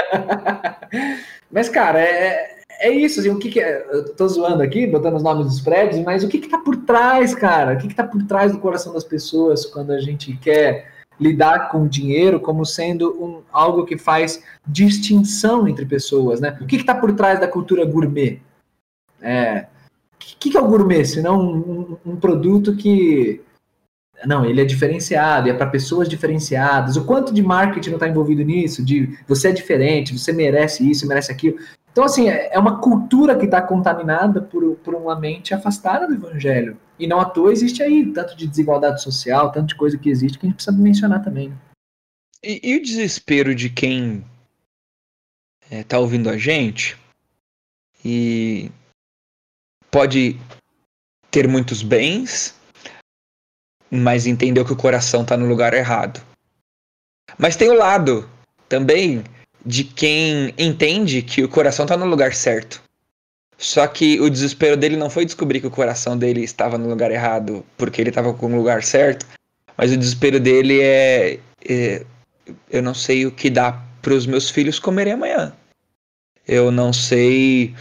Mas, cara, é isso, assim, o que é? Eu tô zoando aqui, botando os nomes dos prédios, mas o que tá por trás, cara? O que tá por trás do coração das pessoas quando a gente quer lidar com dinheiro como sendo algo que faz distinção entre pessoas, né? O que tá por trás da cultura gourmet? O que é o gourmet, senão um produto que... Não, ele é diferenciado, e é para pessoas diferenciadas. O quanto de marketing não está envolvido nisso? De você é diferente, você merece isso, merece aquilo. Então, assim, é uma cultura que está contaminada por uma mente afastada do evangelho. E não à toa existe aí tanto de desigualdade social, tanto de coisa que existe que a gente precisa mencionar também. Né? E o desespero de quem está ouvindo a gente e pode ter muitos bens, mas entendeu que o coração está no lugar errado. Mas tem o lado também de quem entende que o coração está no lugar certo. Só que o desespero dele não foi descobrir que o coração dele estava no lugar errado porque ele estava com o lugar certo, mas o desespero dele é eu não sei o que dá para os meus filhos comerem amanhã. Eu não sei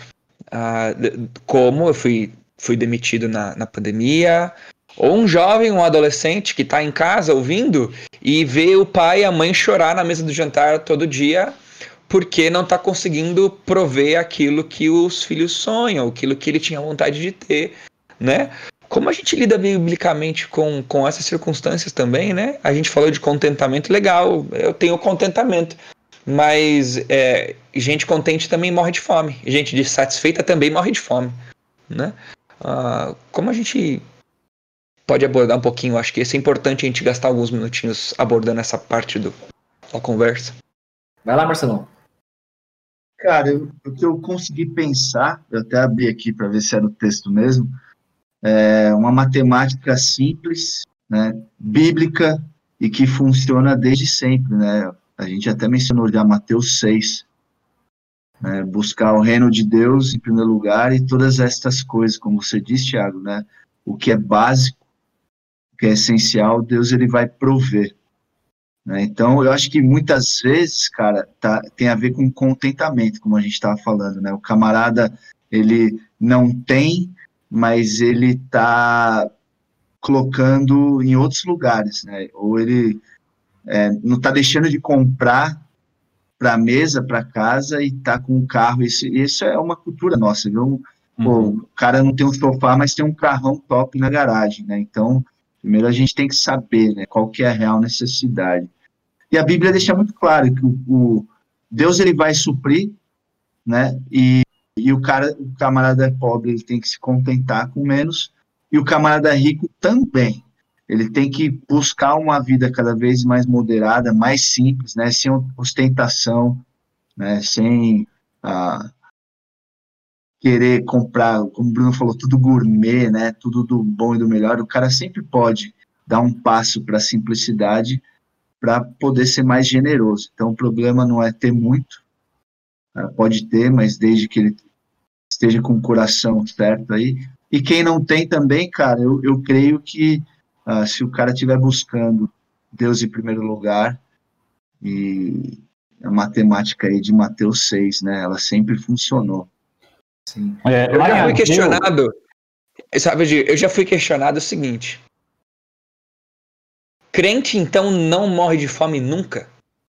como eu fui demitido na pandemia. Ou um jovem, um adolescente que está em casa ouvindo e vê o pai e a mãe chorar na mesa do jantar todo dia porque não está conseguindo prover aquilo que os filhos sonham, aquilo que ele tinha vontade de ter, né? Como a gente lida biblicamente com essas circunstâncias também, né? A gente falou de contentamento, legal, eu tenho contentamento, mas gente contente também morre de fome, gente dissatisfeita também morre de fome, né? Como a gente pode abordar um pouquinho, acho que isso é importante a gente gastar alguns minutinhos abordando essa parte da conversa. Vai lá, Marcelão. Cara, o que eu consegui pensar, eu até abri aqui para ver se era o texto mesmo, é uma matemática simples, né, bíblica e que funciona desde sempre, né? A gente até mencionou já Mateus 6, né, buscar o reino de Deus em primeiro lugar e todas estas coisas, como você disse, Thiago, né, o que é básico, que é essencial, Deus ele vai prover. Né? Então, eu acho que muitas vezes, cara, tem a ver com contentamento, como a gente estava falando, né? O camarada, ele não tem, mas ele está colocando em outros lugares, né? Ou ele não está deixando de comprar para a mesa, para casa, e está com um carro. Isso é uma cultura nossa, viu? Pô, o cara não tem um sofá, mas tem um carrão top na garagem, né? Então, primeiro a gente tem que saber, né, qual que é a real necessidade. E a Bíblia deixa muito claro que o Deus ele vai suprir, né, e o camarada pobre ele tem que se contentar com menos, e o camarada rico também. Ele tem que buscar uma vida cada vez mais moderada, mais simples, né, sem ostentação, né, sem querer comprar, como o Bruno falou, tudo gourmet, né, tudo do bom e do melhor. O cara sempre pode dar um passo para a simplicidade para poder ser mais generoso. Então, o problema não é ter muito, pode ter, mas desde que ele esteja com o coração certo aí. E quem não tem também, cara, eu creio que se o cara estiver buscando Deus em primeiro lugar, e a matemática aí de Mateus 6, né, ela sempre funcionou. Sim. Eu já fui questionado, sabe, eu já fui questionado o seguinte: crente então não morre de fome nunca?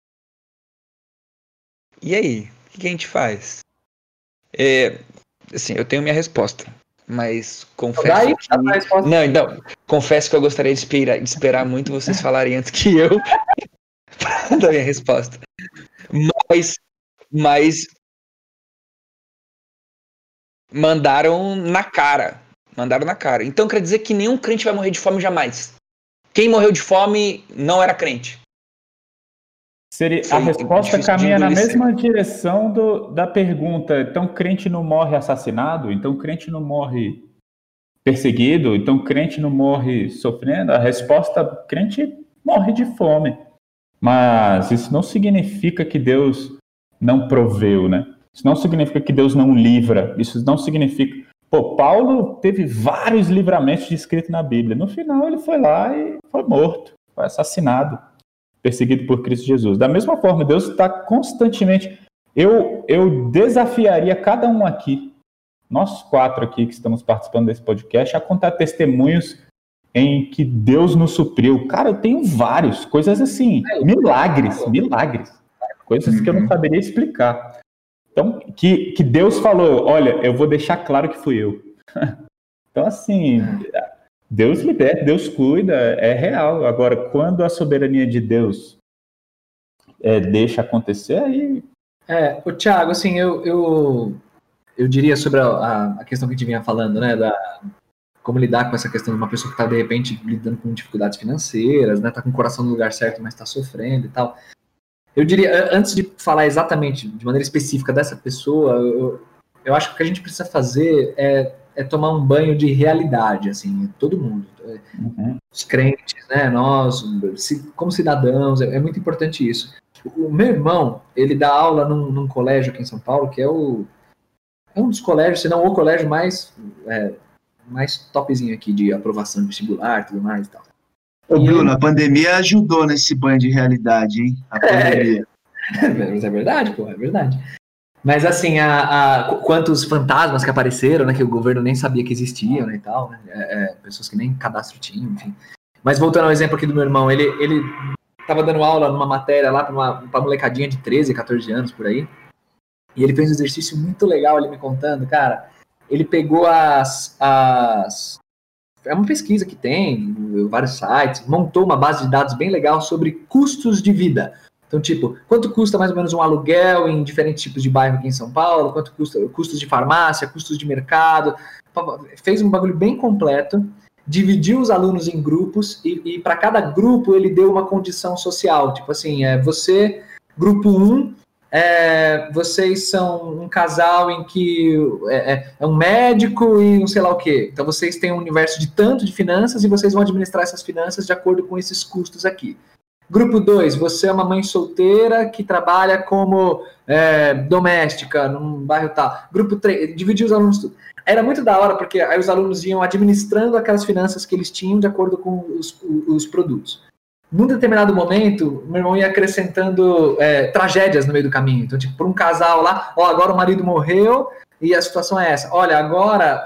E aí, o que a gente faz? Assim, eu tenho minha resposta, mas confesso confesso que eu gostaria de esperar muito vocês falarem antes que eu da minha resposta. Mas mandaram na cara. Então quer dizer que nenhum crente vai morrer de fome jamais. Quem morreu de fome não era crente. A resposta caminha na mesma direção da pergunta. Então crente não morre assassinado? Então crente não morre perseguido, então crente não morre sofrendo. A resposta, crente morre de fome. Mas isso não significa que Deus não proveu, né? Isso não significa que Deus não livra. Isso não significa... Paulo teve vários livramentos descritos na Bíblia. No final, ele foi lá e foi morto, foi assassinado, perseguido por Cristo Jesus. Da mesma forma, Deus está constantemente... Eu desafiaria cada um aqui, nós 4 aqui que estamos participando desse podcast, a contar testemunhos em que Deus nos supriu. Cara, eu tenho vários, coisas assim, milagres, coisas que eu não saberia explicar. Então, que Deus falou, olha, eu vou deixar claro que fui eu. Então, assim, Deus liberta, Deus cuida, é real. Agora, quando a soberania de Deus deixa acontecer, aí... Thiago, assim, eu diria sobre a questão que a gente vinha falando, né, como lidar com essa questão de uma pessoa que está, de repente, lidando com dificuldades financeiras, né, tá com o coração no lugar certo, mas está sofrendo e tal. Eu diria, antes de falar exatamente, de maneira específica dessa pessoa, eu acho que o que a gente precisa fazer é tomar um banho de realidade, assim, todo mundo. Os crentes, né, nós, como cidadãos, é muito importante isso. O meu irmão, ele dá aula num colégio aqui em São Paulo, que é um dos colégios, se não o colégio mais topzinho aqui de aprovação de vestibular e tudo mais e tal. Ô, Bruno, a pandemia ajudou nesse banho de realidade, hein? A pandemia. Mas é verdade, pô, é verdade. Mas, assim, quantos fantasmas que apareceram, né, que o governo nem sabia que existiam, né, e tal, né, pessoas que nem cadastro tinham, enfim. Mas voltando ao exemplo aqui do meu irmão, ele tava dando aula numa matéria lá pra molecadinha de 13, 14 anos, por aí, e ele fez um exercício muito legal, ele me contando, cara, ele pegou é uma pesquisa que tem, vários sites, montou uma base de dados bem legal sobre custos de vida. Então, tipo, quanto custa mais ou menos um aluguel em diferentes tipos de bairro aqui em São Paulo, quanto custa custos de farmácia, custos de mercado. Fez um bagulho bem completo, dividiu os alunos em grupos e para cada grupo ele deu uma condição social. Tipo assim, você, grupo 1, vocês são um casal em que é um médico e não sei lá o quê. Então vocês têm um universo de tanto de finanças e vocês vão administrar essas finanças de acordo com esses custos aqui. Grupo 2, você é uma mãe solteira que trabalha como doméstica num bairro tal. Grupo 3, dividiu os alunos tudo. Era muito da hora, porque aí os alunos iam administrando aquelas finanças que eles tinham de acordo com os produtos. Num determinado momento, meu irmão ia acrescentando tragédias no meio do caminho. Então, tipo, para um casal lá, agora o marido morreu e a situação é essa. Olha, agora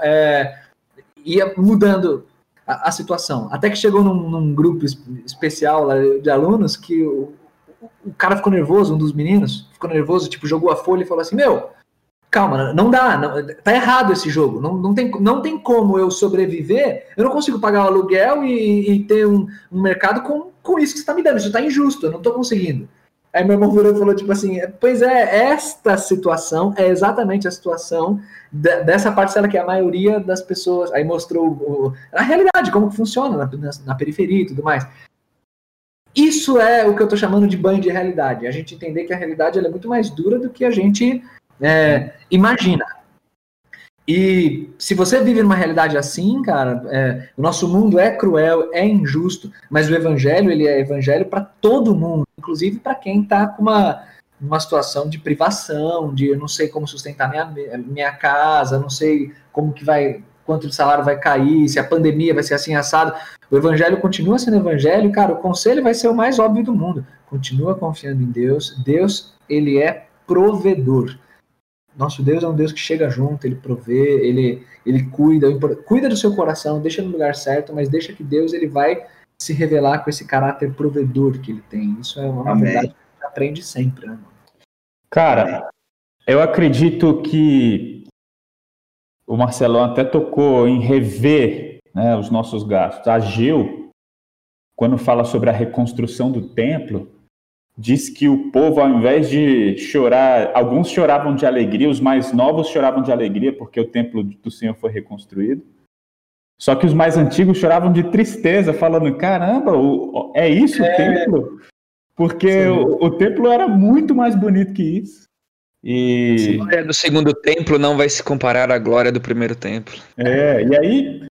ia mudando a situação. Até que chegou num grupo especial lá de alunos que o cara ficou nervoso, um dos meninos ficou nervoso, tipo, jogou a folha e falou assim, calma, não dá, tá errado esse jogo, não tem como eu sobreviver, eu não consigo pagar o aluguel e ter um mercado com isso que você tá me dando, isso tá injusto, eu não tô conseguindo. Aí meu irmão virou e falou, tipo assim, pois esta situação é exatamente a situação dessa parcela que é a maioria das pessoas, aí mostrou a realidade, como que funciona na periferia e tudo mais. Isso é o que eu tô chamando de banho de realidade, a gente entender que a realidade ela é muito mais dura do que a gente imagina. E se você vive numa realidade assim, cara, o nosso mundo é cruel, é injusto, mas o evangelho, ele é evangelho para todo mundo, inclusive para quem está com uma situação de privação, de eu não sei como sustentar minha casa, não sei como que quanto de salário vai cair, se a pandemia vai ser assim assado. O evangelho continua sendo evangelho, cara, o conselho vai ser o mais óbvio do mundo. Continua confiando em Deus. Deus, ele é provedor. Nosso Deus é um Deus que chega junto, ele provê, ele cuida do seu coração, deixa no lugar certo, mas deixa que Deus ele vai se revelar com esse caráter provedor que ele tem. Isso é uma verdade que a gente aprende sempre, né? Cara, eu acredito que o Marcelão até tocou em rever, né, os nossos gastos. Ageu, quando fala sobre a reconstrução do templo, diz que o povo, ao invés de chorar, alguns choravam de alegria, os mais novos choravam de alegria porque o templo do Senhor foi reconstruído. Só que os mais antigos choravam de tristeza, falando, caramba, é isso o templo? Porque o templo era muito mais bonito que isso. A glória do segundo templo não vai se comparar à glória do primeiro templo. E aí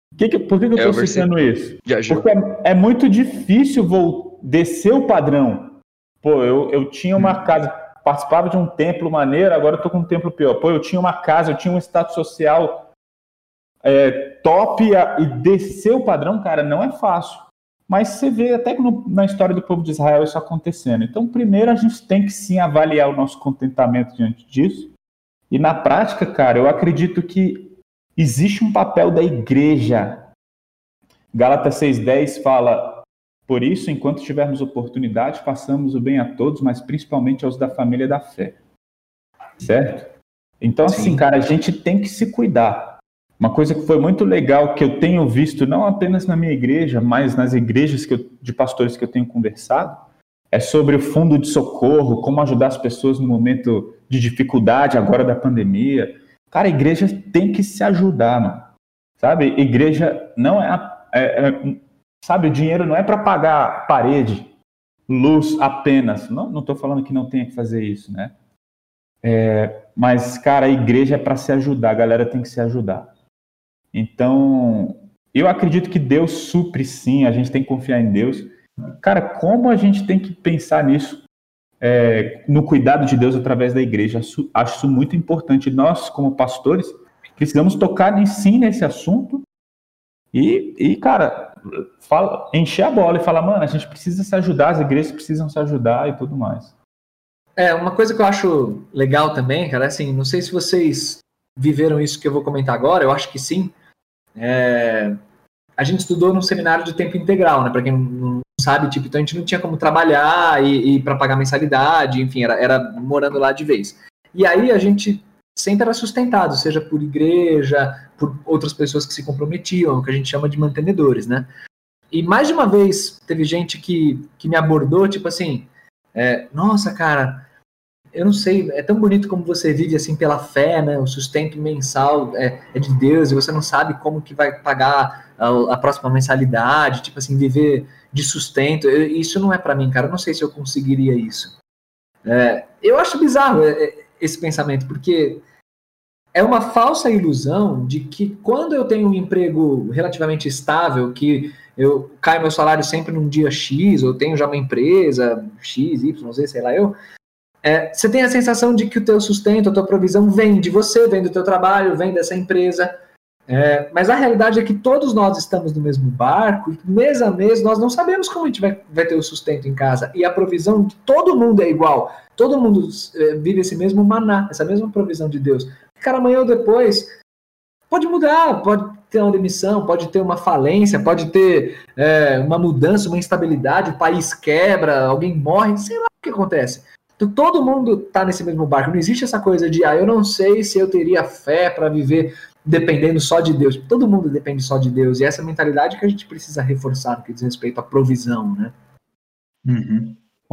Por que eu estou citando isso? Porque é muito difícil descer o padrão. Pô, eu tinha uma casa, participava de um templo maneiro, agora eu estou com um templo pior. Pô, eu tinha uma casa, eu tinha um status social top, e descer o padrão, cara, não é fácil. Mas você vê até que na história do povo de Israel isso acontecendo. Então, primeiro a gente tem que sim avaliar o nosso contentamento diante disso. E na prática, cara, eu acredito que existe um papel da igreja. Gálatas 6,10 fala: por isso, enquanto tivermos oportunidade, façamos o bem a todos, mas principalmente aos da família da fé. Certo? Então, assim, cara, a gente tem que se cuidar. Uma coisa que foi muito legal, que eu tenho visto, não apenas na minha igreja, mas nas igrejas de pastores que eu tenho conversado, é sobre o fundo de socorro, como ajudar as pessoas no momento de dificuldade agora da pandemia. Cara, a igreja tem que se ajudar, mano. Sabe? Igreja não sabe, o dinheiro não é para pagar parede, luz apenas. Não estou falando que não tenha que fazer isso, né? Mas, cara, a igreja é para se ajudar, a galera tem que se ajudar. Então, eu acredito que Deus supre sim, a gente tem que confiar em Deus. Cara, como a gente tem que pensar nisso, no cuidado de Deus através da igreja? Acho isso muito importante. Nós, como pastores, precisamos tocar sim nesse assunto e cara, encher a bola e falar, mano, a gente precisa se ajudar, as igrejas precisam se ajudar e tudo mais. Uma coisa que eu acho legal também, cara, assim, não sei se vocês viveram isso que eu vou comentar agora, eu acho que sim. A gente estudou num seminário de tempo integral, né? Para quem não sabe, tipo, então a gente não tinha como trabalhar e para pagar mensalidade, enfim, era morando lá de vez. E aí a gente sempre era sustentado, seja por igreja, por outras pessoas que se comprometiam, o que a gente chama de mantenedores, né? E mais de uma vez teve gente que me abordou, tipo assim, nossa, cara, eu não sei, é tão bonito como você vive assim pela fé, né? O sustento mensal é de Deus e você não sabe como que vai pagar a próxima mensalidade, tipo assim, viver de sustento. Isso não é para mim, cara. Eu não sei se eu conseguiria isso. Eu acho bizarro esse pensamento, porque é uma falsa ilusão de que quando eu tenho um emprego relativamente estável, que eu caio meu salário sempre num dia X, ou tenho já uma empresa X, Y, Z, sei lá você tem a sensação de que o teu sustento, a tua provisão vem de você, vem do teu trabalho, vem dessa empresa. Mas a realidade é que todos nós estamos no mesmo barco e mês a mês nós não sabemos como a gente vai ter o sustento em casa. E a provisão de todo mundo é igual. Todo mundo vive esse mesmo maná, essa mesma provisão de Deus. Cara, amanhã ou depois pode mudar, pode ter uma demissão, pode ter uma falência, pode ter uma mudança, uma instabilidade, o país quebra, alguém morre, sei lá o que acontece. Então, todo mundo está nesse mesmo barco. Não existe essa coisa de, eu não sei se eu teria fé para viver dependendo só de Deus. Todo mundo depende só de Deus. E essa mentalidade que a gente precisa reforçar no que diz respeito à provisão, né? Uhum. Um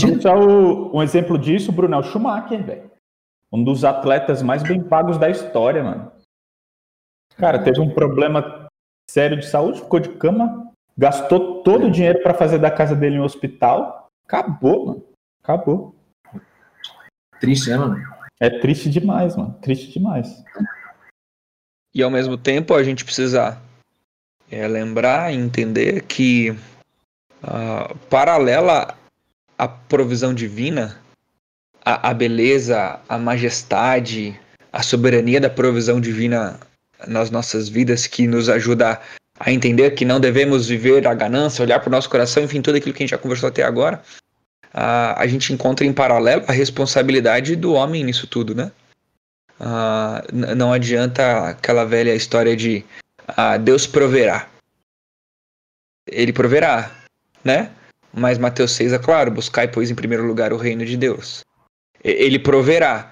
exemplo disso, Bruno, é o Schumacher, velho. Um dos atletas mais bem pagos da história, mano. Cara, teve um problema sério de saúde, ficou de cama, gastou todo o dinheiro para fazer da casa dele um hospital. Acabou, mano. Acabou. Triste, né, mano? É triste demais, mano. Triste demais. E ao mesmo tempo a gente precisa lembrar e entender que paralela à provisão divina, a beleza, a majestade, a soberania da provisão divina nas nossas vidas, que nos ajuda a entender que não devemos viver a ganância, olhar para o nosso coração, enfim, tudo aquilo que a gente já conversou até agora. A gente encontra em paralelo a responsabilidade do homem nisso tudo, né? Não adianta aquela velha história de Deus proverá. Ele proverá, né? Mas Mateus 6 é claro, buscai, pois, em primeiro lugar o reino de Deus. Ele proverá,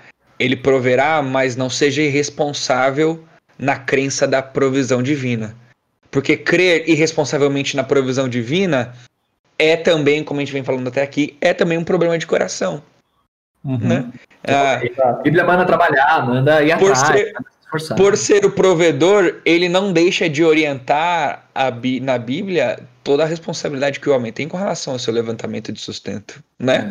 mas não seja irresponsável na crença da provisão divina. Porque crer irresponsavelmente na provisão divina é também, como a gente vem falando até aqui, é também um problema de coração. Uhum. Né? A Bíblia manda trabalhar, manda ir atrás. Por ser o provedor, ele não deixa de orientar na Bíblia toda a responsabilidade que o homem tem com relação ao seu levantamento de sustento. Né?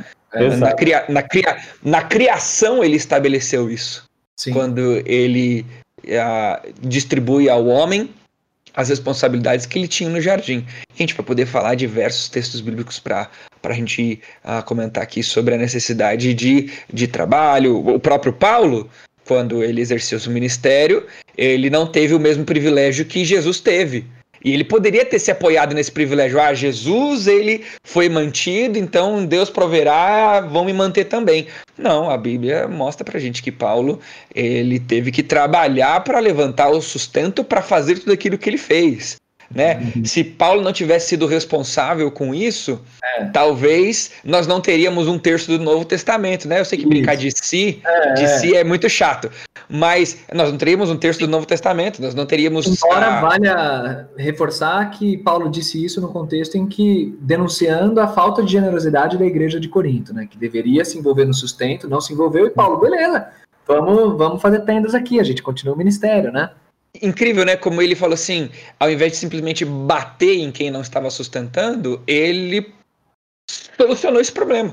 Na criação ele estabeleceu isso. Sim. Quando ele distribui ao homem as responsabilidades que ele tinha no jardim. A gente vai poder falar diversos textos bíblicos para a gente comentar aqui sobre a necessidade de trabalho. O próprio Paulo, quando ele exerceu seu ministério, ele não teve o mesmo privilégio que Jesus teve. E ele poderia ter se apoiado nesse privilégio. Jesus, ele foi mantido, então Deus proverá, vão me manter também. Não, a Bíblia mostra pra gente que Paulo, ele teve que trabalhar para levantar o sustento para fazer tudo aquilo que ele fez. Né? Se Paulo não tivesse sido responsável com isso, talvez nós não teríamos um terço do Novo Testamento, né? Eu sei que brincar de si é muito chato, mas nós não teríamos um terço do Novo Testamento, nós não teríamos... Embora valha reforçar que Paulo disse isso no contexto em que, denunciando a falta de generosidade da igreja de Corinto, né? Que deveria se envolver no sustento, não se envolveu, e Paulo, beleza, vamos fazer tendas aqui, a gente continua o ministério, né? Incrível, né? Como ele falou assim, ao invés de simplesmente bater em quem não estava ele solucionou esse problema.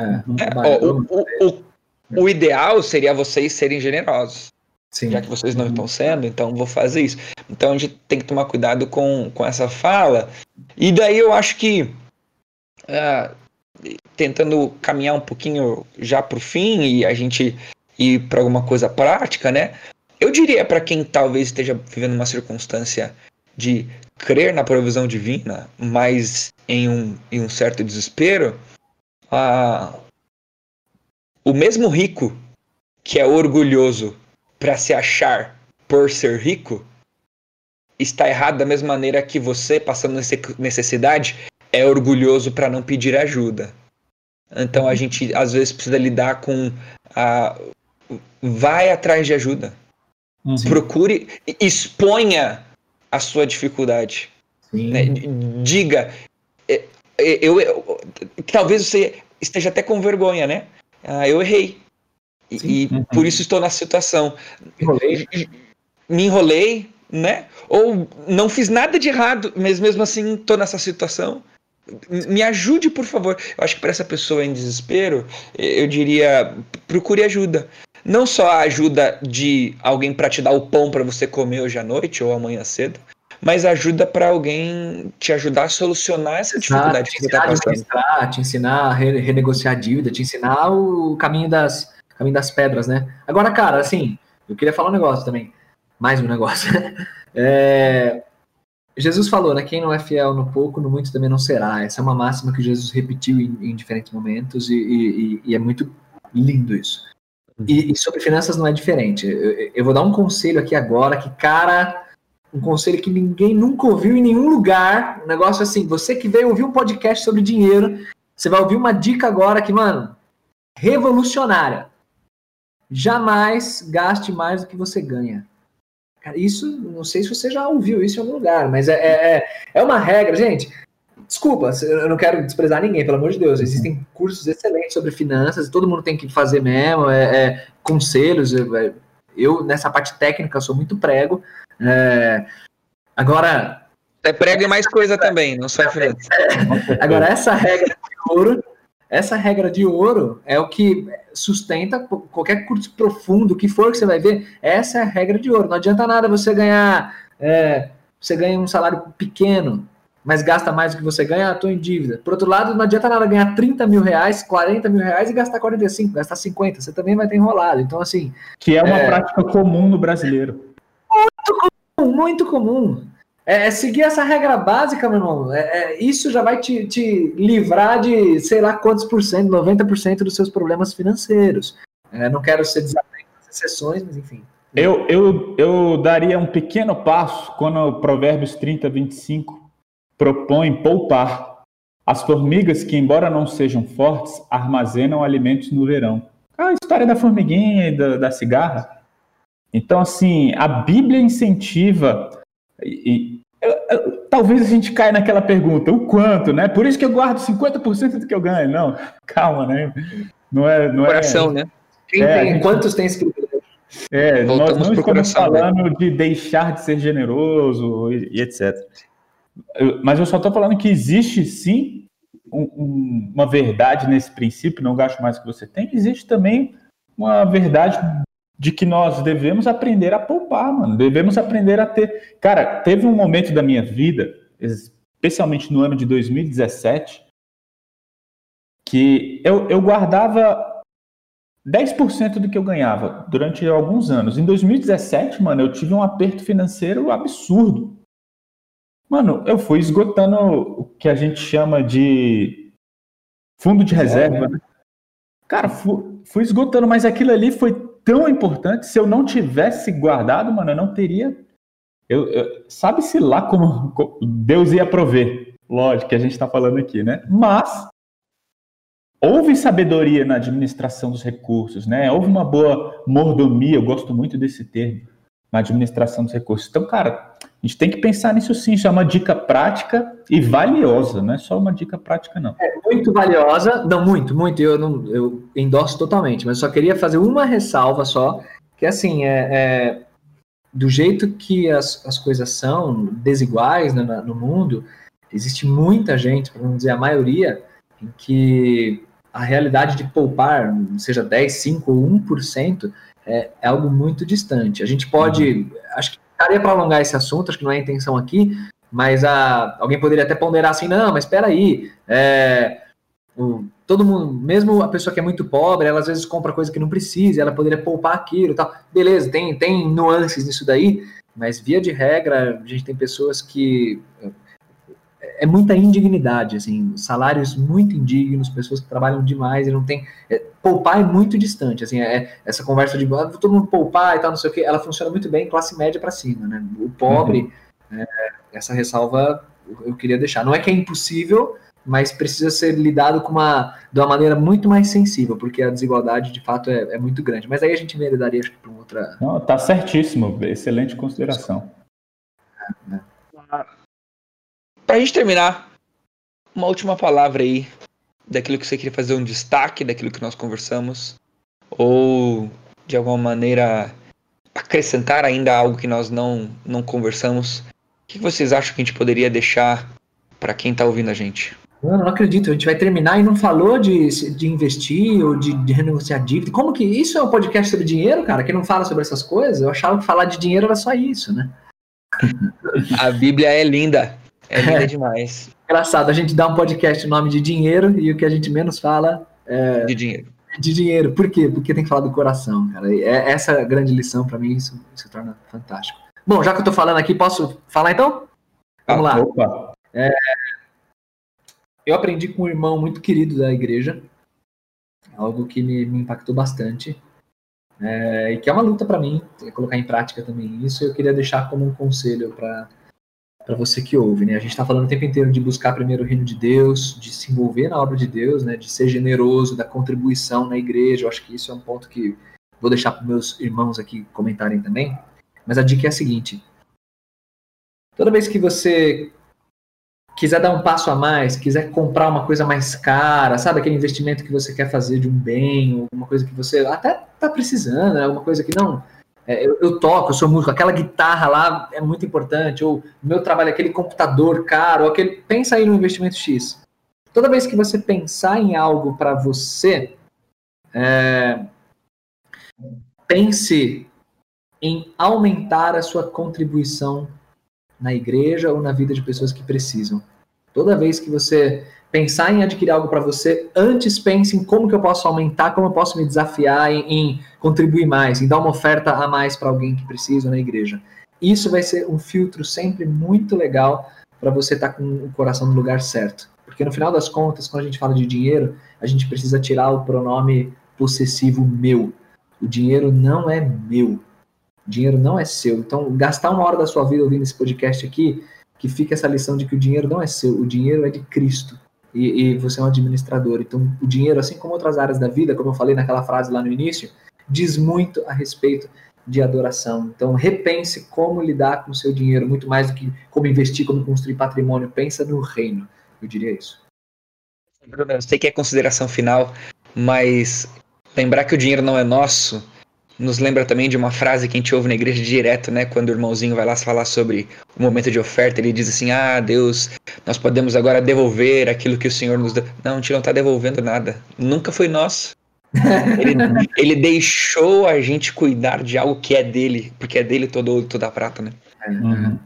O ideal seria vocês serem generosos. Sim. Já que vocês não estão sendo, então vou fazer isso. Então a gente tem que tomar cuidado com essa fala. E daí eu acho que, tentando caminhar um pouquinho já para o fim e a gente ir para alguma coisa prática, né? Eu diria para quem talvez esteja vivendo uma circunstância de crer na provisão divina, mas em um certo desespero, o mesmo rico que é orgulhoso para se achar por ser rico, está errado da mesma maneira que você, passando necessidade, é orgulhoso para não pedir ajuda. Então a gente às vezes precisa lidar com vai atrás de ajuda. Sim. Procure, exponha a sua dificuldade. Né? Diga, talvez você esteja até com vergonha, né? Eu errei. E por isso estou na situação. Me enrolei, né? Ou não fiz nada de errado, mas mesmo assim estou nessa situação. Me ajude, por favor. Eu acho que para essa pessoa em desespero, eu diria, procure ajuda. Não só a ajuda de alguém para te dar o pão para você comer hoje à noite ou amanhã cedo, mas ajuda para alguém te ajudar a solucionar essa dificuldade que você está passando. Te ensinar a renegociar a dívida, te ensinar o caminho das pedras, né? Agora, cara, assim, eu queria falar um negócio também. Mais um negócio. Jesus falou, né? Quem não é fiel no pouco, no muito também não será. Essa é uma máxima que Jesus repetiu em diferentes momentos e é muito lindo isso. E sobre finanças não é diferente. Eu vou dar um conselho aqui agora que, cara, um conselho que ninguém nunca ouviu em nenhum lugar. Um negócio assim, você que veio ouvir um podcast sobre dinheiro, você vai ouvir uma dica agora que, mano, revolucionária. Jamais gaste mais do que você ganha. Cara, isso, não sei se você já ouviu isso em algum lugar, mas é uma regra, gente. Desculpa, eu não quero desprezar ninguém, pelo amor de Deus. Existem cursos excelentes sobre finanças, todo mundo tem que fazer mesmo, conselhos. Eu, nessa parte técnica, sou muito prego. Agora... É prego e mais coisa também, não só finanças. Agora, essa regra de ouro é o que sustenta qualquer curso profundo, o que for que você vai ver, essa é a regra de ouro. Não adianta nada você ganhar... você ganha um salário pequeno, mas gasta mais do que você ganha, estou em dívida. Por outro lado, não adianta nada ganhar 30 mil reais, 40 mil reais e gastar 45, gastar 50. Você também vai ter enrolado. Então, assim... Que é uma prática comum no brasileiro. Muito comum. Seguir essa regra básica, meu irmão. Isso já vai te livrar de, sei lá quantos por cento, 90% dos seus problemas financeiros. Não quero ser desatento nas exceções, mas enfim. Eu daria um pequeno passo quando o Provérbios 30:25 propõe poupar. As formigas que, embora não sejam fortes, armazenam alimentos no verão. A história da formiguinha e da cigarra. Então, assim, a Bíblia incentiva... talvez a gente caia naquela pergunta, o quanto, né? Por isso que eu guardo 50% do que eu ganho. Não, calma, né? Não é coração, né? Quantos tem esse privilégio? Nós não estamos falando de deixar de ser generoso e etc. Mas eu só estou falando que existe, sim, uma verdade nesse princípio, não gaste mais do que você tem. Existe também uma verdade de que nós devemos aprender a poupar, mano. Devemos aprender a ter... Cara, teve um momento da minha vida, especialmente no ano de 2017, que eu guardava 10% do que eu ganhava durante alguns anos. Em 2017, mano, eu tive um aperto financeiro absurdo. Mano, eu fui esgotando o que a gente chama de fundo de reserva, né? Cara, fui esgotando, mas aquilo ali foi tão importante. Se eu não tivesse guardado, mano, eu não teria... sabe-se lá como Deus ia prover. Lógico que a gente está falando aqui, né? Mas houve sabedoria na administração dos recursos, né? Houve uma boa mordomia, eu gosto muito desse termo, na administração dos recursos. Então, cara, a gente tem que pensar nisso sim. Isso é uma dica prática e valiosa, não é só uma dica prática, não. É muito valiosa, não, muito, eu endosso totalmente, mas só queria fazer uma ressalva só, que assim, do jeito que as coisas são desiguais, né, no mundo, existe muita gente, para não dizer a maioria, em que a realidade de poupar, seja 10, 5 ou 1%, é algo muito distante. A gente pode, acho que daria para alongar esse assunto, acho que não é a intenção aqui, mas alguém poderia até ponderar assim, não, mas espera aí, todo mundo, mesmo a pessoa que é muito pobre, ela às vezes compra coisa que não precisa, ela poderia poupar aquilo e tal. Beleza, tem nuances nisso daí, mas via de regra, a gente tem pessoas que... É muita indignidade, assim, salários muito indignos, pessoas que trabalham demais e não tem... poupar é muito distante, assim, essa conversa de todo mundo poupar e tal, não sei o que, ela funciona muito bem classe média para cima, né? O pobre, essa ressalva eu queria deixar. Não é que é impossível, mas precisa ser lidado de uma maneira muito mais sensível, porque a desigualdade, de fato, é muito grande. Mas aí a gente enveredaria, acho que, para uma outra... Não, tá certíssimo, excelente consideração. Pra gente terminar, uma última palavra aí, daquilo que você queria fazer um destaque, daquilo que nós conversamos, ou, de alguma maneira, acrescentar ainda algo que nós não conversamos. O que vocês acham que a gente poderia deixar para quem tá ouvindo a gente? Eu não acredito, a gente vai terminar e não falou de investir ou de renegociar dívida. Como que isso é um podcast sobre dinheiro, cara? Que não fala sobre essas coisas? Eu achava que falar de dinheiro era só isso, né? A Bíblia é linda. É linda demais. Engraçado, a gente dá um podcast no nome de dinheiro e o que a gente menos fala é... De dinheiro. De dinheiro. Por quê? Porque tem que falar do coração, cara. Essa é a grande lição para mim, isso se torna fantástico. Bom, já que eu tô falando aqui, posso falar então? Vamos lá. Opa. Eu aprendi com um irmão muito querido da igreja, algo que me impactou bastante, e que é uma luta para mim, colocar em prática também isso. Eu queria deixar como um conselho para você que ouve, né? A gente está falando o tempo inteiro de buscar primeiro o reino de Deus, de se envolver na obra de Deus, né? De ser generoso, da contribuição na igreja. Eu acho que isso é um ponto que vou deixar para meus irmãos aqui comentarem também. Mas a dica é a seguinte: toda vez que você quiser dar um passo a mais, quiser comprar uma coisa mais cara, sabe, aquele investimento que você quer fazer de um bem, ou alguma coisa que você até está precisando, né? Alguma coisa que não... Eu toco, eu sou músico, aquela guitarra lá é muito importante, ou o meu trabalho, aquele computador caro, pensa aí no investimento X. Toda vez que você pensar em algo para você, pense em aumentar a sua contribuição na igreja ou na vida de pessoas que precisam. Toda vez que você pensar em adquirir algo para você, antes pense em como que eu posso aumentar, como eu posso me desafiar em contribuir mais, em dar uma oferta a mais para alguém que precisa na igreja. Isso vai ser um filtro sempre muito legal para você estar com o coração no lugar certo. Porque no final das contas, quando a gente fala de dinheiro, a gente precisa tirar o pronome possessivo meu. O dinheiro não é meu. O dinheiro não é seu. Então, gastar uma hora da sua vida ouvindo esse podcast aqui, que fica essa lição de que o dinheiro não é seu, o dinheiro é de Cristo. E você é um administrador. Então, o dinheiro, assim como outras áreas da vida, como eu falei naquela frase lá no início, diz muito a respeito de adoração. Então, repense como lidar com o seu dinheiro, muito mais do que como investir, como construir patrimônio. Pensa no reino. Eu diria isso. Bruno, eu sei que é consideração final, mas lembrar que o dinheiro não é nosso nos lembra também de uma frase que a gente ouve na igreja direto, né? Quando o irmãozinho vai lá falar sobre o momento de oferta, ele diz assim: Deus, nós podemos agora devolver aquilo que o Senhor nos deu. Não, a gente não está devolvendo nada. Nunca foi nosso. Ele deixou a gente cuidar de algo que é dele, porque é dele toda a prata, né? Uhum.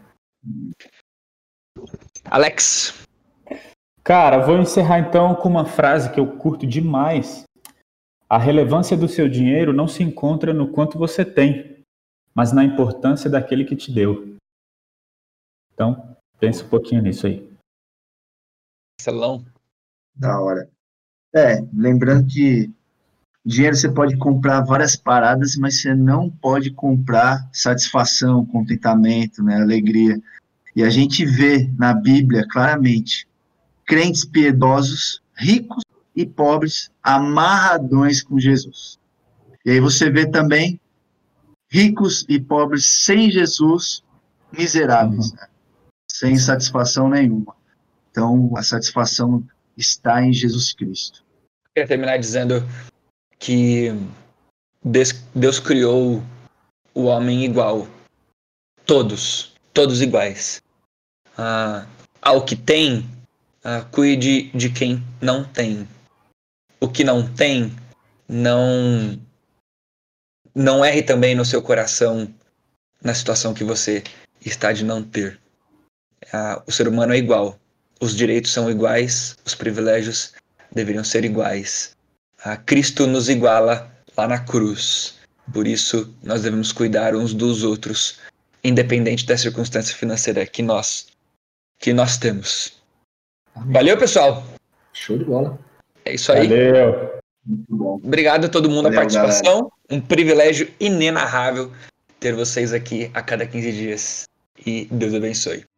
Alex. Cara, vou encerrar então com uma frase que eu curto demais. A relevância do seu dinheiro não se encontra no quanto você tem, mas na importância daquele que te deu. Então, pensa um pouquinho nisso aí. Salão. Da hora. Lembrando que dinheiro você pode comprar várias paradas, mas você não pode comprar satisfação, contentamento, né, alegria. E a gente vê na Bíblia claramente crentes piedosos, ricos e pobres, amarradões com Jesus. E aí você vê também ricos e pobres sem Jesus, miseráveis, né? Sem satisfação nenhuma. Então, a satisfação está em Jesus Cristo. Eu queria terminar dizendo que Deus criou o homem igual. Todos iguais. Ao que tem, cuide de quem não tem. O que não tem, não erre também no seu coração na situação que você está de não ter. O ser humano é igual. Os direitos são iguais, os privilégios deveriam ser iguais. Cristo nos iguala lá na cruz. Por isso, nós devemos cuidar uns dos outros, independente da circunstância financeira que nós temos. Amém. Valeu, pessoal! Show de bola. É isso aí. Valeu! Muito bom. Obrigado a todo mundo Valeu, a participação. galera. Um privilégio inenarrável ter vocês aqui a cada 15 dias. E Deus abençoe.